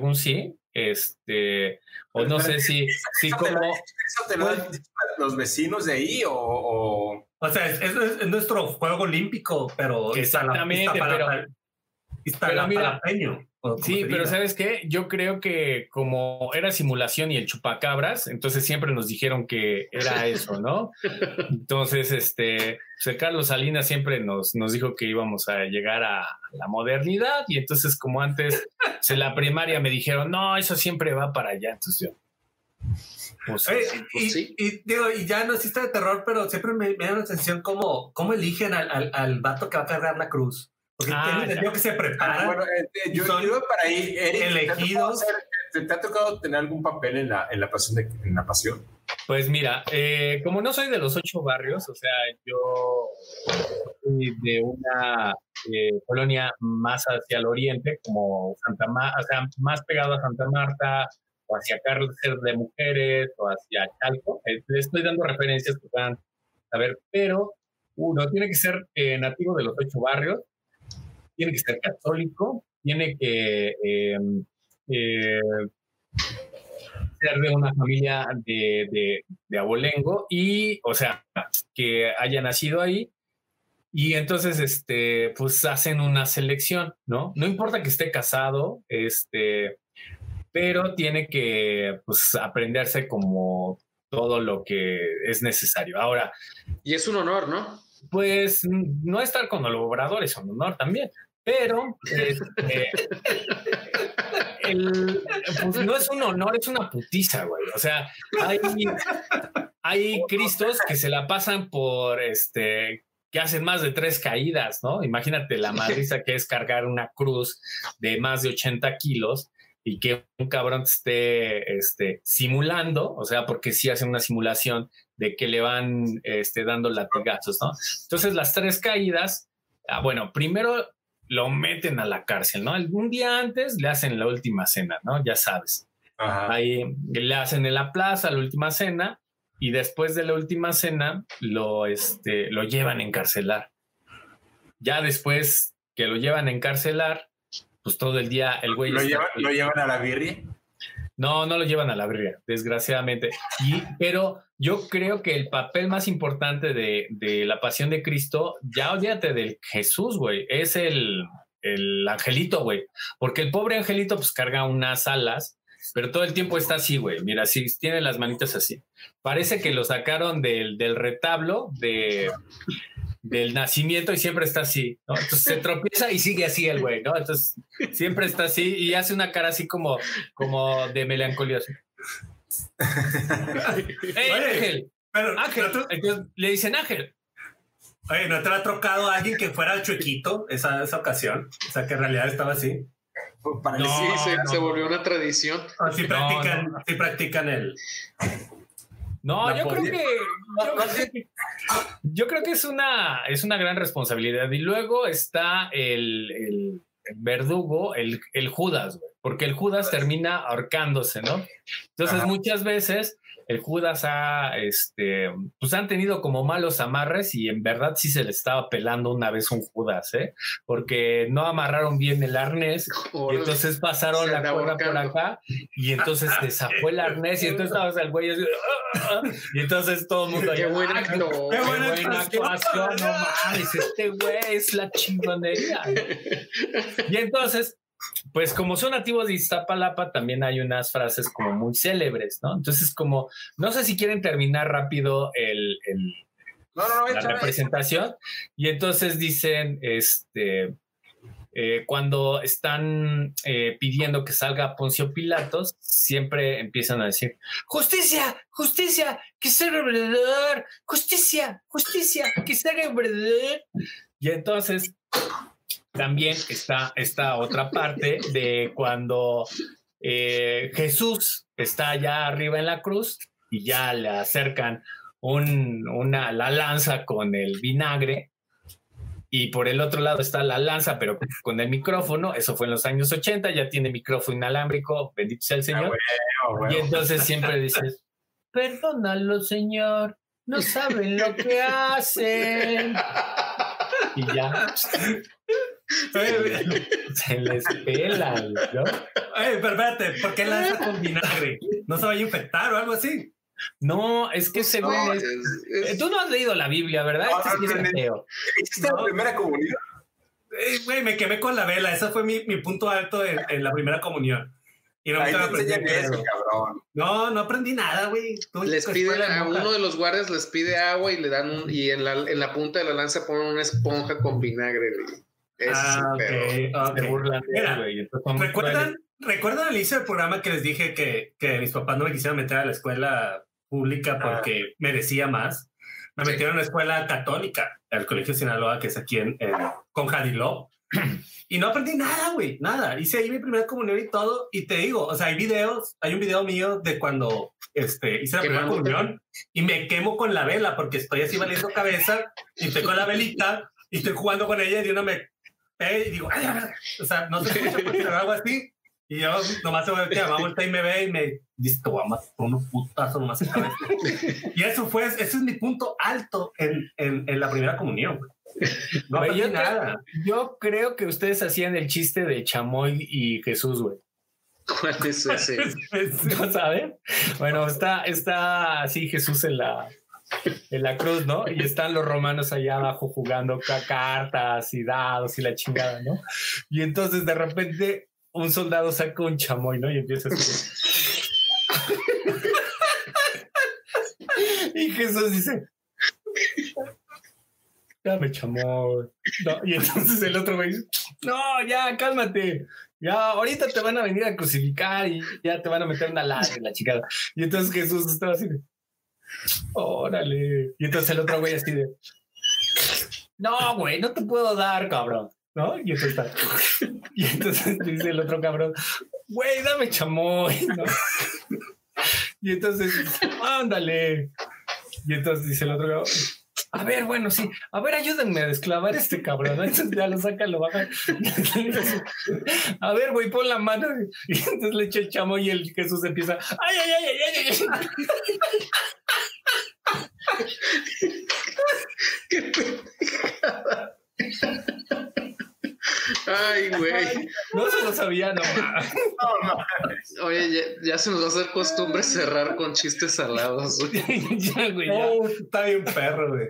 o no sé si como... ¿Eso te lo dan los vecinos de ahí o...? O sea, es nuestro juego olímpico, pero... Exactamente, Iztapalapeño. Sí, pero ¿sabes qué? Yo creo que como era simulación y el chupacabras, entonces siempre nos dijeron que era eso, ¿no? Entonces, Carlos Salinas siempre nos dijo que íbamos a llegar a la modernidad, y entonces como antes en la primaria me dijeron, no, eso siempre va para allá, entonces yo... y ya no existe de terror, pero siempre me da la atención cómo eligen al vato que va a cargar la cruz. Porque tengo entendido que se preparan. Bueno, yo iba para ahí, Eric, elegidos. ¿Te ha tocado tener algún papel en la pasión? Pues mira, como no soy de los 8 barrios, o sea, yo soy de una colonia más hacia el oriente, como Santa Marta, o sea, más pegado a Santa Marta, o hacia Cárcel de Mujeres, o hacia Chalco. Le estoy dando referencias que puedan saber, pero uno tiene que ser nativo de los 8 barrios, tiene que ser católico, tiene que ser de una familia de abolengo y, o sea, que haya nacido ahí y entonces, pues hacen una selección, ¿no? No importa que esté casado, pero tiene que, pues, aprenderse como todo lo que es necesario. Ahora. Y es un honor, ¿no? Pues no estar con el obrador es un honor también, pero pues no es un honor, es una putiza, güey. O sea, hay cristos que se la pasan por que hacen más de 3 caídas, ¿no? Imagínate la madriza que es cargar una cruz de más de 80 kilos y que un cabrón te esté simulando, o sea, porque sí hacen una simulación de que le van dando latigazos, ¿no? Entonces, las 3 caídas, bueno, primero lo meten a la cárcel, ¿no? Un día antes le hacen la última cena, ¿no? Ya sabes. Ajá. Ahí le hacen en la plaza la última cena y después de la última cena lo llevan a encarcelar. Ya después que lo llevan a encarcelar, pues todo el día el güey... ¿Lo llevan a la birria? No lo llevan a la birria, desgraciadamente. Pero yo creo que el papel más importante de la pasión de Cristo, ya olvídate del Jesús, güey, es el angelito, güey. Porque el pobre angelito pues carga unas alas, pero todo el tiempo está así, güey. Mira, sí, tiene las manitas así. Parece que lo sacaron del retablo del nacimiento y siempre está así, ¿no? Entonces se tropieza y sigue así el güey, ¿no? Entonces siempre está así y hace una cara así como de melancolía. Así. ¡Ey, Ángel! Ángel. Entonces le dicen Ángel. Oye, ¿no te ha tocado a alguien que fuera chuequito esa ocasión? O sea, que en realidad estaba así. Se volvió una tradición. Sí practican el... No, yo creo que es una gran responsabilidad. Y luego está el verdugo, el Judas, güey, porque el Judas termina ahorcándose, ¿no? Entonces, muchas veces el Judas pues han tenido como malos amarres y en verdad sí se le estaba pelando una vez un Judas, porque no amarraron bien el arnés y entonces pasaron la cuerda por acá y entonces se zafó el arnés y entonces estabas el güey así, y entonces todo el mundo qué buena actuación, no mames, este güey es la chingonería. Y entonces, pues como son nativos de Iztapalapa, también hay unas frases como muy célebres, ¿no? Entonces, como, no sé si quieren terminar rápido la representación. Y entonces dicen, cuando están pidiendo que salga Poncio Pilatos, siempre empiezan a decir, ¡justicia! ¡Justicia! ¡Que se haga verdadero! ¡Justicia! ¡Justicia! ¡Que se haga verdadero! Y entonces... También está esta otra parte de cuando Jesús está allá arriba en la cruz y ya le acercan la lanza con el vinagre y por el otro lado está la lanza pero con el micrófono. Eso fue en los años 80, ya tiene micrófono inalámbrico, bendito sea el Señor. Bueno. Y entonces siempre dices, perdónalo, Señor, no saben lo que hacen. Y ya... se les pela, ¿no? Pero espérate, ¿por qué lanza con vinagre? ¿No se vaya a infectar o algo así? No, es que según tú no has leído la Biblia, ¿verdad? ¿Hiciste la primera comunión? Güey, me quemé con la vela. Ese fue mi punto alto en la primera comunión. Y no aprendí eso, cabrón. No aprendí nada, güey. Les pide a uno de los guardias les pide agua y le dan y en la punta de la lanza ponen una esponja con vinagre, güey. Okay. Se burlan de él, güey. ¿Recuerdan al inicio del programa que les dije que mis papás no me quisieron meter a la escuela pública porque merecía más? Me metieron a la escuela católica, al Colegio Sinaloa, que es aquí con Jadiló. Y no aprendí nada, güey, nada. Hice ahí mi primera comunión y todo. Y te digo, o sea, hay un video mío de cuando hice la primera comunión y me quemo con la vela porque estoy así valiendo cabeza y estoy con la velita y estoy jugando con ella y uno me ve y digo, ay, o sea, no se escucha porque algo así. Y yo nomás se vuelta y me ve y me dice, te voy a matar con unos putazos nomás en cabeza. Y ese es mi punto alto en la primera comunión, güey. No aprendí nada. Yo creo que ustedes hacían el chiste de Chamoy y Jesús, güey. ¿Cuál es ese? ¿No saben? Bueno, está así Jesús en la cruz, ¿no? Y están los romanos allá abajo jugando cartas y dados y la chingada, ¿no? Y entonces de repente un soldado saca un chamoy, ¿no? Y empieza a subir. Y Jesús dice, dame chamoy. No, y entonces el otro güey dice, no, ya, cálmate. Ya, ahorita te van a venir a crucificar y ya te van a meter una lana en la chingada. Y entonces Jesús estaba así de, órale. Y entonces el otro güey así de, no, güey, no te puedo dar, cabrón. ¿No? Y entonces dice el otro cabrón, güey, dame chamoy, ¿no? Y entonces, ándale. Y entonces dice el otro cabrón, a ver, bueno, sí, a ver, ayúdenme a desclavar a este cabrón, ¿no? Entonces ya lo saca, lo baja. A ver, güey, pon la mano. Y entonces le echa el chamoy y el Jesús empieza, ay, ay, ay, ay, ay. ¡Qué pendejada! Ay, güey. No se lo sabía, no. Oye, ya se nos va a hacer costumbre cerrar con chistes salados, güey. Ya, güey. Oh, está bien perro, güey.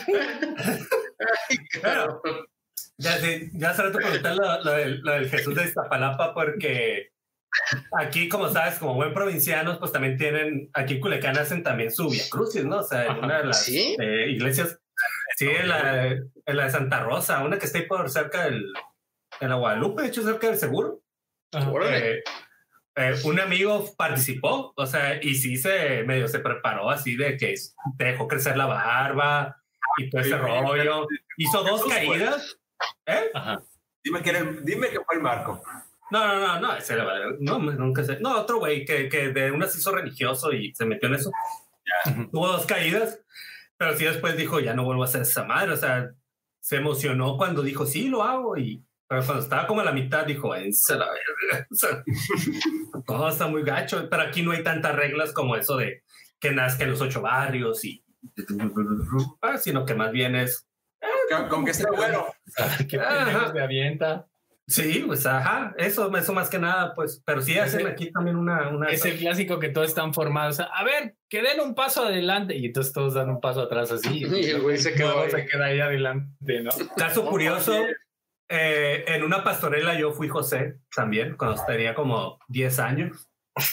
Ay, cabrón. Ya hace rato pregunté lo del Jesús de Iztapalapa porque aquí, como sabes, como buen provincianos, pues también tienen, aquí en Culiacán hacen también su Via Crucis, ¿no? O sea, en una de las ¿Sí? iglesias, sí, en la de Santa Rosa, una que está ahí por cerca en la Guadalupe, de hecho, cerca del Seguro. Órale. Un amigo participó, o sea, y sí medio se preparó así de que dejó crecer la barba y todo ese rollo. Hizo 2 caídas. Ajá. Dime que fue el Marco. No, ese nunca sé. No, otro güey que de una se hizo religioso y se metió en eso. Tuvo 2 caídas, pero sí después dijo, ya no vuelvo a hacer esa madre. O sea, se emocionó cuando dijo, sí, lo hago. Pero cuando estaba como a la mitad, dijo, esa la verga. O sea, todo está muy gacho. Pero aquí no hay tantas reglas como eso de que nazca en los 8 barrios sino que más bien es... Con que esté bueno. ¿Qué pendejos de avienta? Sí, pues ajá, eso más que nada, pues, pero sí hacen aquí también una... Es el clásico que todos están formados. A ver, que den un paso adelante. Y entonces todos dan un paso atrás así. Y el güey se quedó ahí. Se queda ahí adelante, ¿no? Caso curioso, en una pastorela yo fui José también, cuando tenía como 10 años.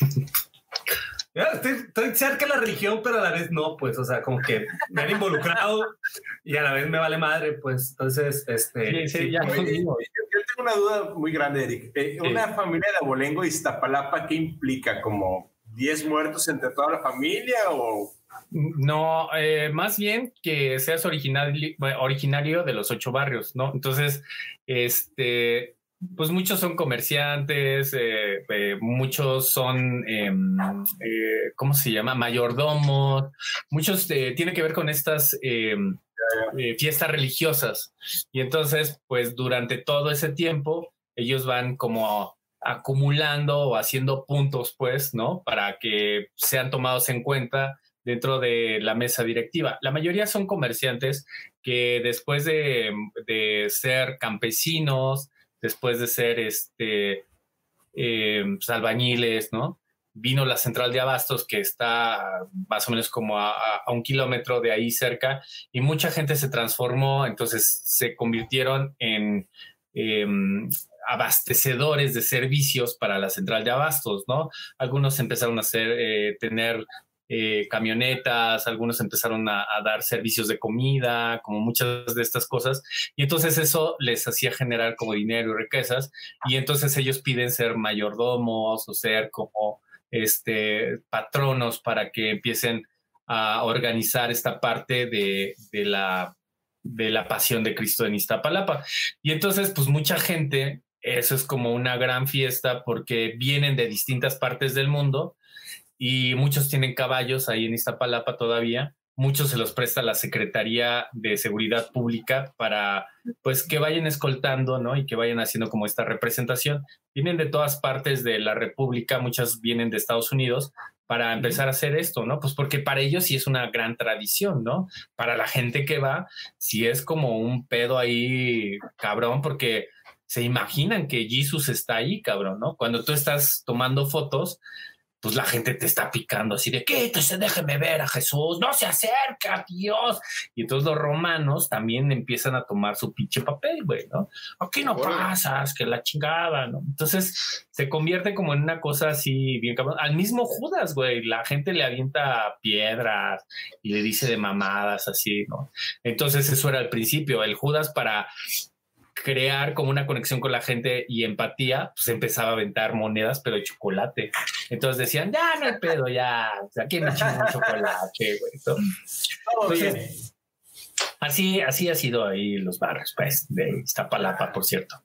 Estoy cerca de la religión, pero a la vez no, pues, o sea, como que me han involucrado y a la vez me vale madre, pues, entonces, Sí, ya Oye, yo tengo una duda muy grande, Eric. Una familia de Abolengo y Iztapalapa, ¿qué implica? ¿Como 10 muertos entre toda la familia o...? No, más bien que seas originario de los 8 barrios, ¿no? Entonces, pues muchos son comerciantes, muchos son, ¿cómo se llama? Mayordomos, muchos tienen que ver con estas fiestas religiosas. Y entonces, pues durante todo ese tiempo, ellos van como acumulando o haciendo puntos, pues, ¿no? Para que sean tomados en cuenta dentro de la mesa directiva. La mayoría son comerciantes que después de ser campesinos, después de ser pues albañiles, ¿no? Vino la central de abastos que está más o menos como a 1 kilómetro de ahí cerca y mucha gente se transformó, entonces se convirtieron en abastecedores de servicios para la central de abastos, ¿no? Algunos empezaron a tener camionetas, algunos empezaron a dar servicios de comida, como muchas de estas cosas, y entonces eso les hacía generar como dinero y riquezas, y entonces ellos piden ser mayordomos o ser como patronos para que empiecen a organizar esta parte de la de la Pasión de Cristo en Iztapalapa. Y entonces, pues mucha gente, eso es como una gran fiesta porque vienen de distintas partes del mundo y muchos tienen caballos ahí en Iztapalapa todavía. Muchos se los presta la Secretaría de Seguridad Pública para pues que vayan escoltando, ¿no? Y que vayan haciendo como esta representación. Vienen de todas partes de la República, muchas vienen de Estados Unidos para empezar a hacer esto, ¿no? Pues porque para ellos sí es una gran tradición, ¿no? Para la gente que va, sí es como un pedo ahí cabrón, porque se imaginan que Jesús está ahí, cabrón, ¿no? Cuando tú estás tomando fotos, pues la gente te está picando así de quítese, déjeme ver a Jesús, no se acerca, Dios. Y entonces los romanos también empiezan a tomar su pinche papel, güey, ¿no? Aquí no pasas, que la chingada, ¿no? Entonces se convierte como en una cosa así bien cabrón. Al mismo Judas, güey, la gente le avienta piedras y le dice de mamadas así, ¿no? Entonces eso era al principio, el Judas para crear como una conexión con la gente y empatía, pues empezaba a aventar monedas, pero de chocolate. Entonces decían, ya no hay pedo, ya, o sea, ¿quién me chinga un chocolate, güey? Todo bien. Así ha sido ahí los barrios, pues, de Iztapalapa, por cierto.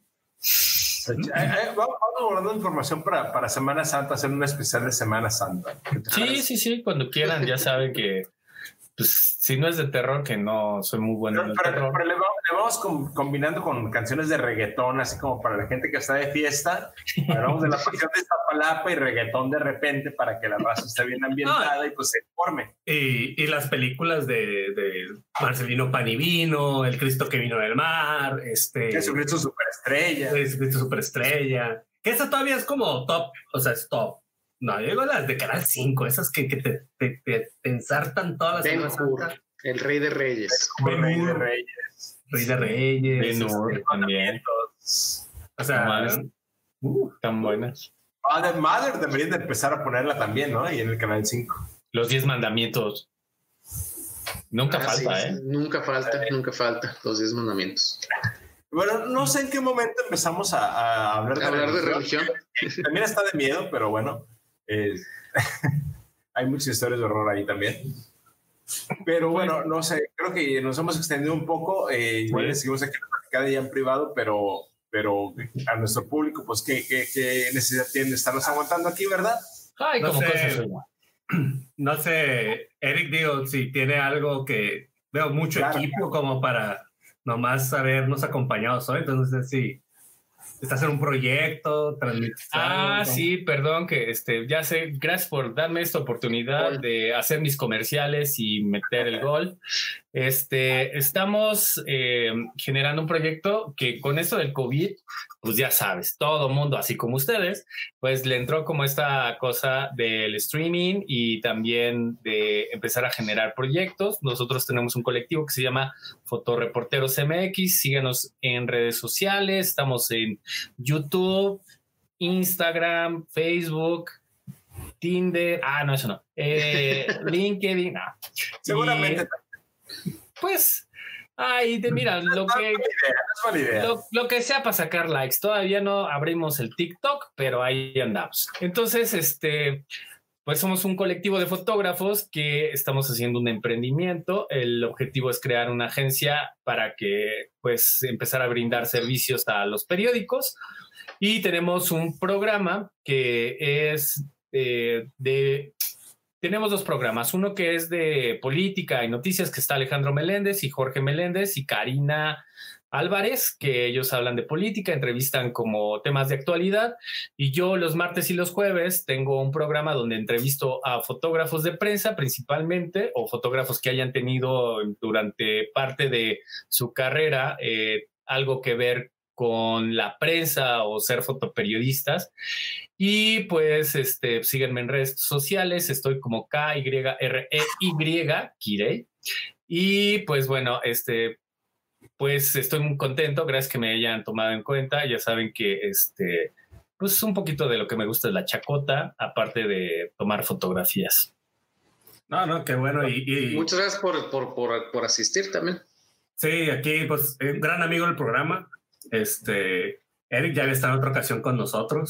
Vamos guardando información para Semana Santa, hacer un especial de Semana Santa. Sí, cuando quieran, ya saben que pues si no es de terror, que no soy muy bueno en el terror. Pero le vamos combinando con canciones de reggaetón, así como para la gente que está de fiesta. Hablamos de la Pasión de Iztapalapa y reggaetón de repente para que la raza esté bien ambientada y pues se informe. Y las películas de Marcelino Pan y Vino, El Cristo que vino del mar, Jesucristo Superestrella. Que esa todavía es como top, o sea, es top. No, yo digo las de Canal 5, esas que te ensartan todas las Ben-Hur, el Rey de Reyes. Rey de Reyes. Ben-Hur también. O sea, tan buenas. Mother deberían de empezar a ponerla también, ¿no? Y en el Canal 5. Los 10 mandamientos. Nunca falta, sí, nunca falta los 10 mandamientos. Bueno, no sé en qué momento empezamos a hablar de religión. También está de miedo, pero bueno. Hay muchas historias de horror ahí también. Pero bueno, no sé, creo que nos hemos extendido un poco. Igual seguimos aquí cada día en privado, pero a nuestro público, pues, ¿qué necesidad tienen de estarnos aguantando aquí, verdad? Ay, como cosas. No sé, Eric, digo, si tiene algo que veo mucho equipo como para nomás habernos acompañados hoy, entonces no sé si estás en un proyecto, transmites algo. Sí, perdón que ya sé, gracias por darme esta oportunidad de hacer mis comerciales y meter el gol. Estamos generando un proyecto que con esto del COVID, pues ya sabes, todo mundo, así como ustedes, pues le entró como esta cosa del streaming y también de empezar a generar proyectos. Nosotros tenemos un colectivo que se llama Fotoreporteros MX. Síganos en redes sociales, estamos en YouTube, Instagram, Facebook, Tinder, no, eso no, LinkedIn, no. Seguramente. Pues, mira, lo que sea para sacar likes. Todavía no abrimos el TikTok, pero ahí andamos. Entonces, pues somos un colectivo de fotógrafos que estamos haciendo un emprendimiento. El objetivo es crear una agencia para que, pues, empezar a brindar servicios a los periódicos. Y tenemos un programa que es tenemos dos programas, uno que es de política y noticias, que está Alejandro Meléndez y Jorge Meléndez y Karina Álvarez, que ellos hablan de política, entrevistan como temas de actualidad, y yo los martes y los jueves tengo un programa donde entrevisto a fotógrafos de prensa principalmente, o fotógrafos que hayan tenido durante parte de su carrera algo que ver con la prensa o ser fotoperiodistas. Y pues síganme en redes sociales, estoy como KYREY, Kirey. Y pues bueno, pues estoy muy contento, gracias que me hayan tomado en cuenta. Ya saben que pues un poquito de lo que me gusta es la chacota, aparte de tomar fotografías. No, qué bueno. Y muchas gracias por asistir también. Sí, aquí pues un gran amigo del programa. Eric ya había estado en otra ocasión con nosotros.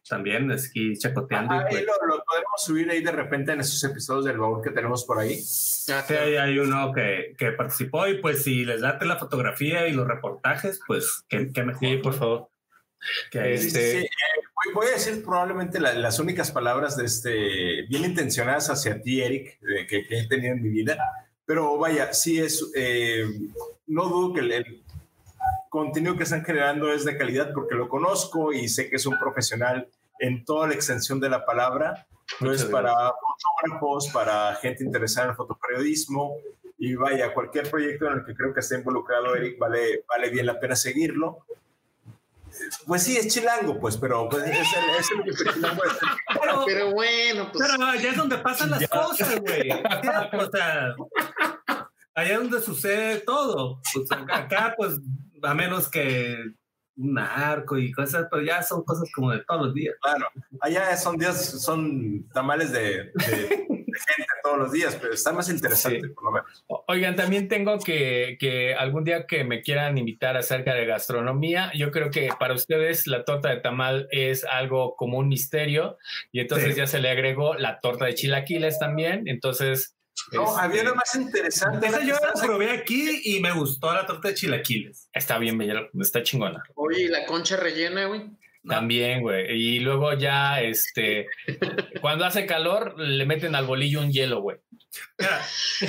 también aquí chacoteando. Ahí lo podemos subir ahí de repente en esos episodios del baúl que tenemos por ahí. Sí, hay uno que participó y pues si les late la fotografía y los reportajes, pues qué mejor. Sí, por favor. Sí, voy a decir probablemente las únicas palabras bien intencionadas hacia ti, Eric, que he tenido en mi vida, pero vaya, sí es, no dudo que el contenido que están generando es de calidad porque lo conozco y sé que es un profesional en toda la extensión de la palabra. Entonces, para fotógrafos, para gente interesada en el fotoperiodismo, y vaya, cualquier proyecto en el que creo que esté involucrado Eric, vale bien la pena seguirlo. Pues sí, es chilango, pues, pero pues, es lo que chilango es. Pero bueno, pues. Pero allá es donde pasan las cosas, güey. O sea, allá es donde sucede todo. Pues acá, pues, a menos que un narco y cosas, pero ya son cosas como de todos los días. Claro, allá son tamales de gente todos los días, pero está más interesante, sí, por lo menos. Oigan, también tengo que algún día que me quieran invitar acerca de gastronomía, yo creo que para ustedes la torta de tamal es algo como un misterio, y entonces ya se le agregó la torta de chilaquiles también, entonces... No, había lo más interesante. Esa yo la probé aquí y me gustó la torta de chilaquiles. Está bien bella, está chingona. Oye, ¿y la concha rellena, güey? No. También, güey. Y luego ya, cuando hace calor, le meten al bolillo un hielo, güey. Mira,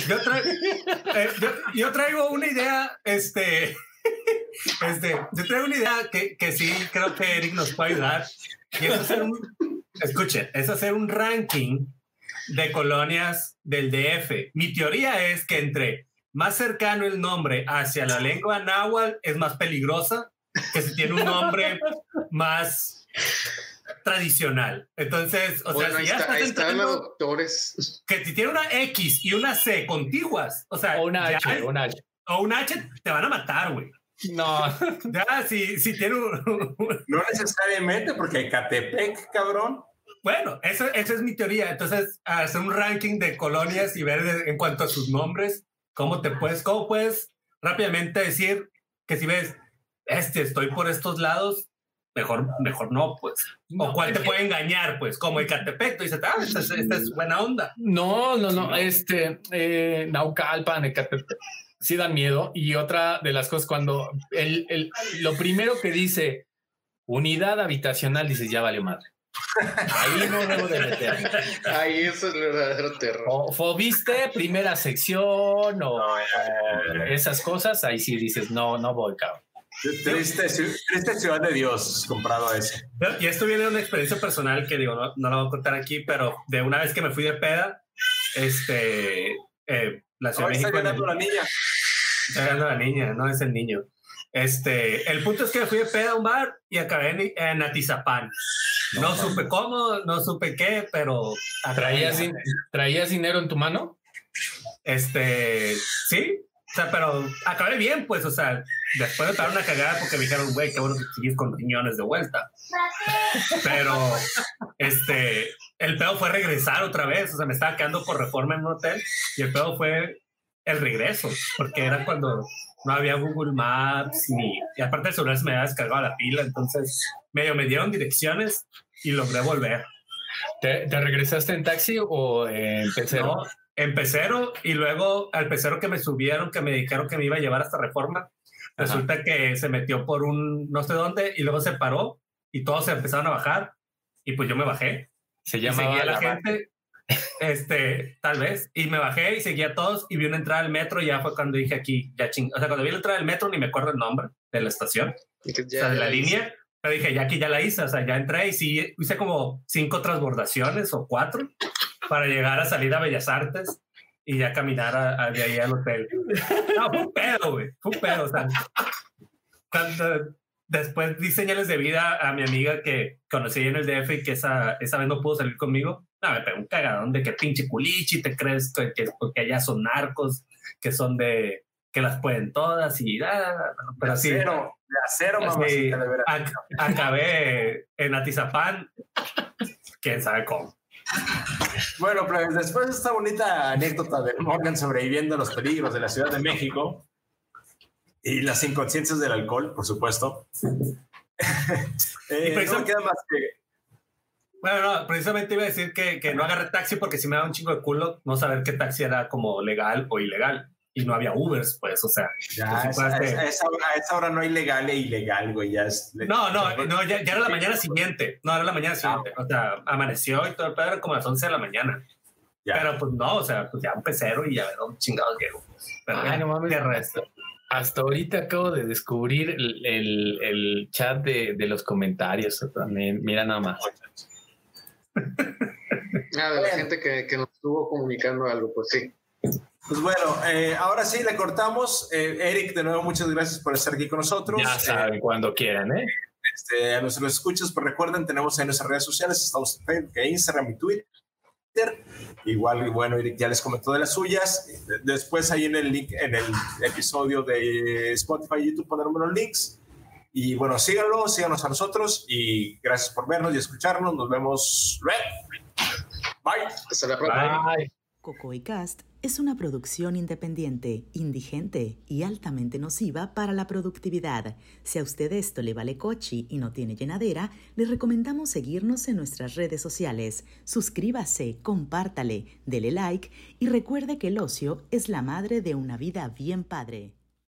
yo traigo una idea, yo traigo una idea que sí creo que Eric nos puede ayudar. Y es hacer un ranking de colonias del DF. Mi teoría es que entre más cercano el nombre hacia la lengua náhuatl es más peligrosa que si tiene un nombre más tradicional. Entonces, o sea, si ya ahí están los doctores. Que si tiene una X y una C contiguas, o sea, o una H, o una H, te van a matar, güey. No. Ya, si tiene No necesariamente, porque Ecatepec, cabrón. Bueno, esa es mi teoría. Entonces, hacer un ranking de colonias y ver en cuanto a sus nombres, cómo puedes rápidamente decir que si ves, estoy por estos lados, mejor no, pues. No, o cuál te puede engañar, pues, como Ecatepec. Tú dices, esta es buena onda. No. Naucalpan, Ecatepec, sí dan miedo. Y otra de las cosas, cuando lo primero que dice unidad habitacional, dices, ya vale madre. Ahí no debo de meterme. Ahí eso es el verdadero terror. O viste primera sección o esas cosas, ahí sí dices, no voy, cabrón. Triste ciudad de Dios comprado a ese. Y esto viene de una experiencia personal que digo, no la voy a contar aquí, pero de una vez que me fui de peda, la Ciudad de México. Está ganando la niña. Está ganando la niña, no es el niño. El punto es que me fui de peda a un bar y acabé en Atizapán. No supe cómo, no supe qué, pero... ¿Traías dinero en tu mano? Sí, o sea, pero acabé bien, pues, o sea, después de pegar una cagada porque me dijeron, güey, qué bueno que sigues con riñones de vuelta. Pero, el pedo fue regresar otra vez, o sea, me estaba quedando por Reforma en un hotel y el pedo fue el regreso, porque era cuando no había Google Maps y aparte el celular se me había descargado la pila, entonces me dieron direcciones y logré volver. ¿Te regresaste en taxi o en pecero? No, en pecero, y luego al pecero que me subieron, que me dijeron que me iba a llevar hasta Reforma, resulta que se metió por un no sé dónde y luego se paró y todos se empezaron a bajar y pues yo me bajé. Se llamaba seguía la gente, tal vez, y me bajé y seguía a todos y vi una entrada del metro y ya fue cuando dije aquí, o sea, cuando vi la entrada del metro ni me acuerdo el nombre de la estación, o sea, de la línea. Pero dije, ya aquí ya la hice, o sea, ya entré y sí, hice como 5 transbordaciones o 4 para llegar a salir a Bellas Artes y ya caminar de ahí al hotel. No, fue un pedo, güey, fue un pedo, o sea. Después di señales de vida a mi amiga que conocí en el DF y que esa vez no pudo salir conmigo. No, me pegó un cagadón de que pinche culichi, te crees que allá son narcos, que son de... que las pueden todas y pero así de acero, mamacita, de veras. Acabé en Atizapán, quién sabe cómo. Bueno, pues después de esta bonita anécdota de Morgan sobreviviendo a los peligros de la Ciudad de México y las inconsciencias del alcohol, por supuesto, no queda más que Bueno, no, precisamente iba a decir que no agarré taxi porque si me da un chingo de culo no saber qué taxi era como legal o ilegal. Y no había Ubers, pues, o sea. Ya, pues, a esa hora no hay legal e ilegal, güey. Ya ya era la mañana siguiente. No, era la mañana siguiente. O sea, amaneció y todo el pedo era como a las 11 de la mañana. Ya. Pero pues no, o sea, pues ya un pecero y ya ver un chingado llego. Ay, no mames, hasta ahorita acabo de descubrir el chat de los comentarios también. Mira nada más. De la gente que nos estuvo comunicando algo, pues sí. Pues bueno, ahora sí le cortamos. Eric, de nuevo, muchas gracias por estar aquí con nosotros. Ya saben, cuando quieran, ¿eh? A nuestros escuchas, pues recuerden, tenemos en nuestras redes sociales, estamos en Facebook, Instagram y Twitter. Igual, y bueno, Eric ya les comentó de las suyas. Después ahí en el link, en el episodio de Spotify y YouTube pondremos los links. Y bueno, síganos a nosotros y gracias por vernos y escucharnos. Nos vemos luego. Bye. Hasta la próxima. Bye. Cocoicast es una producción independiente, indigente y altamente nociva para la productividad. Si a usted esto le vale cochi y no tiene llenadera, le recomendamos seguirnos en nuestras redes sociales. Suscríbase, compártale, dele like y recuerde que el ocio es la madre de una vida bien padre.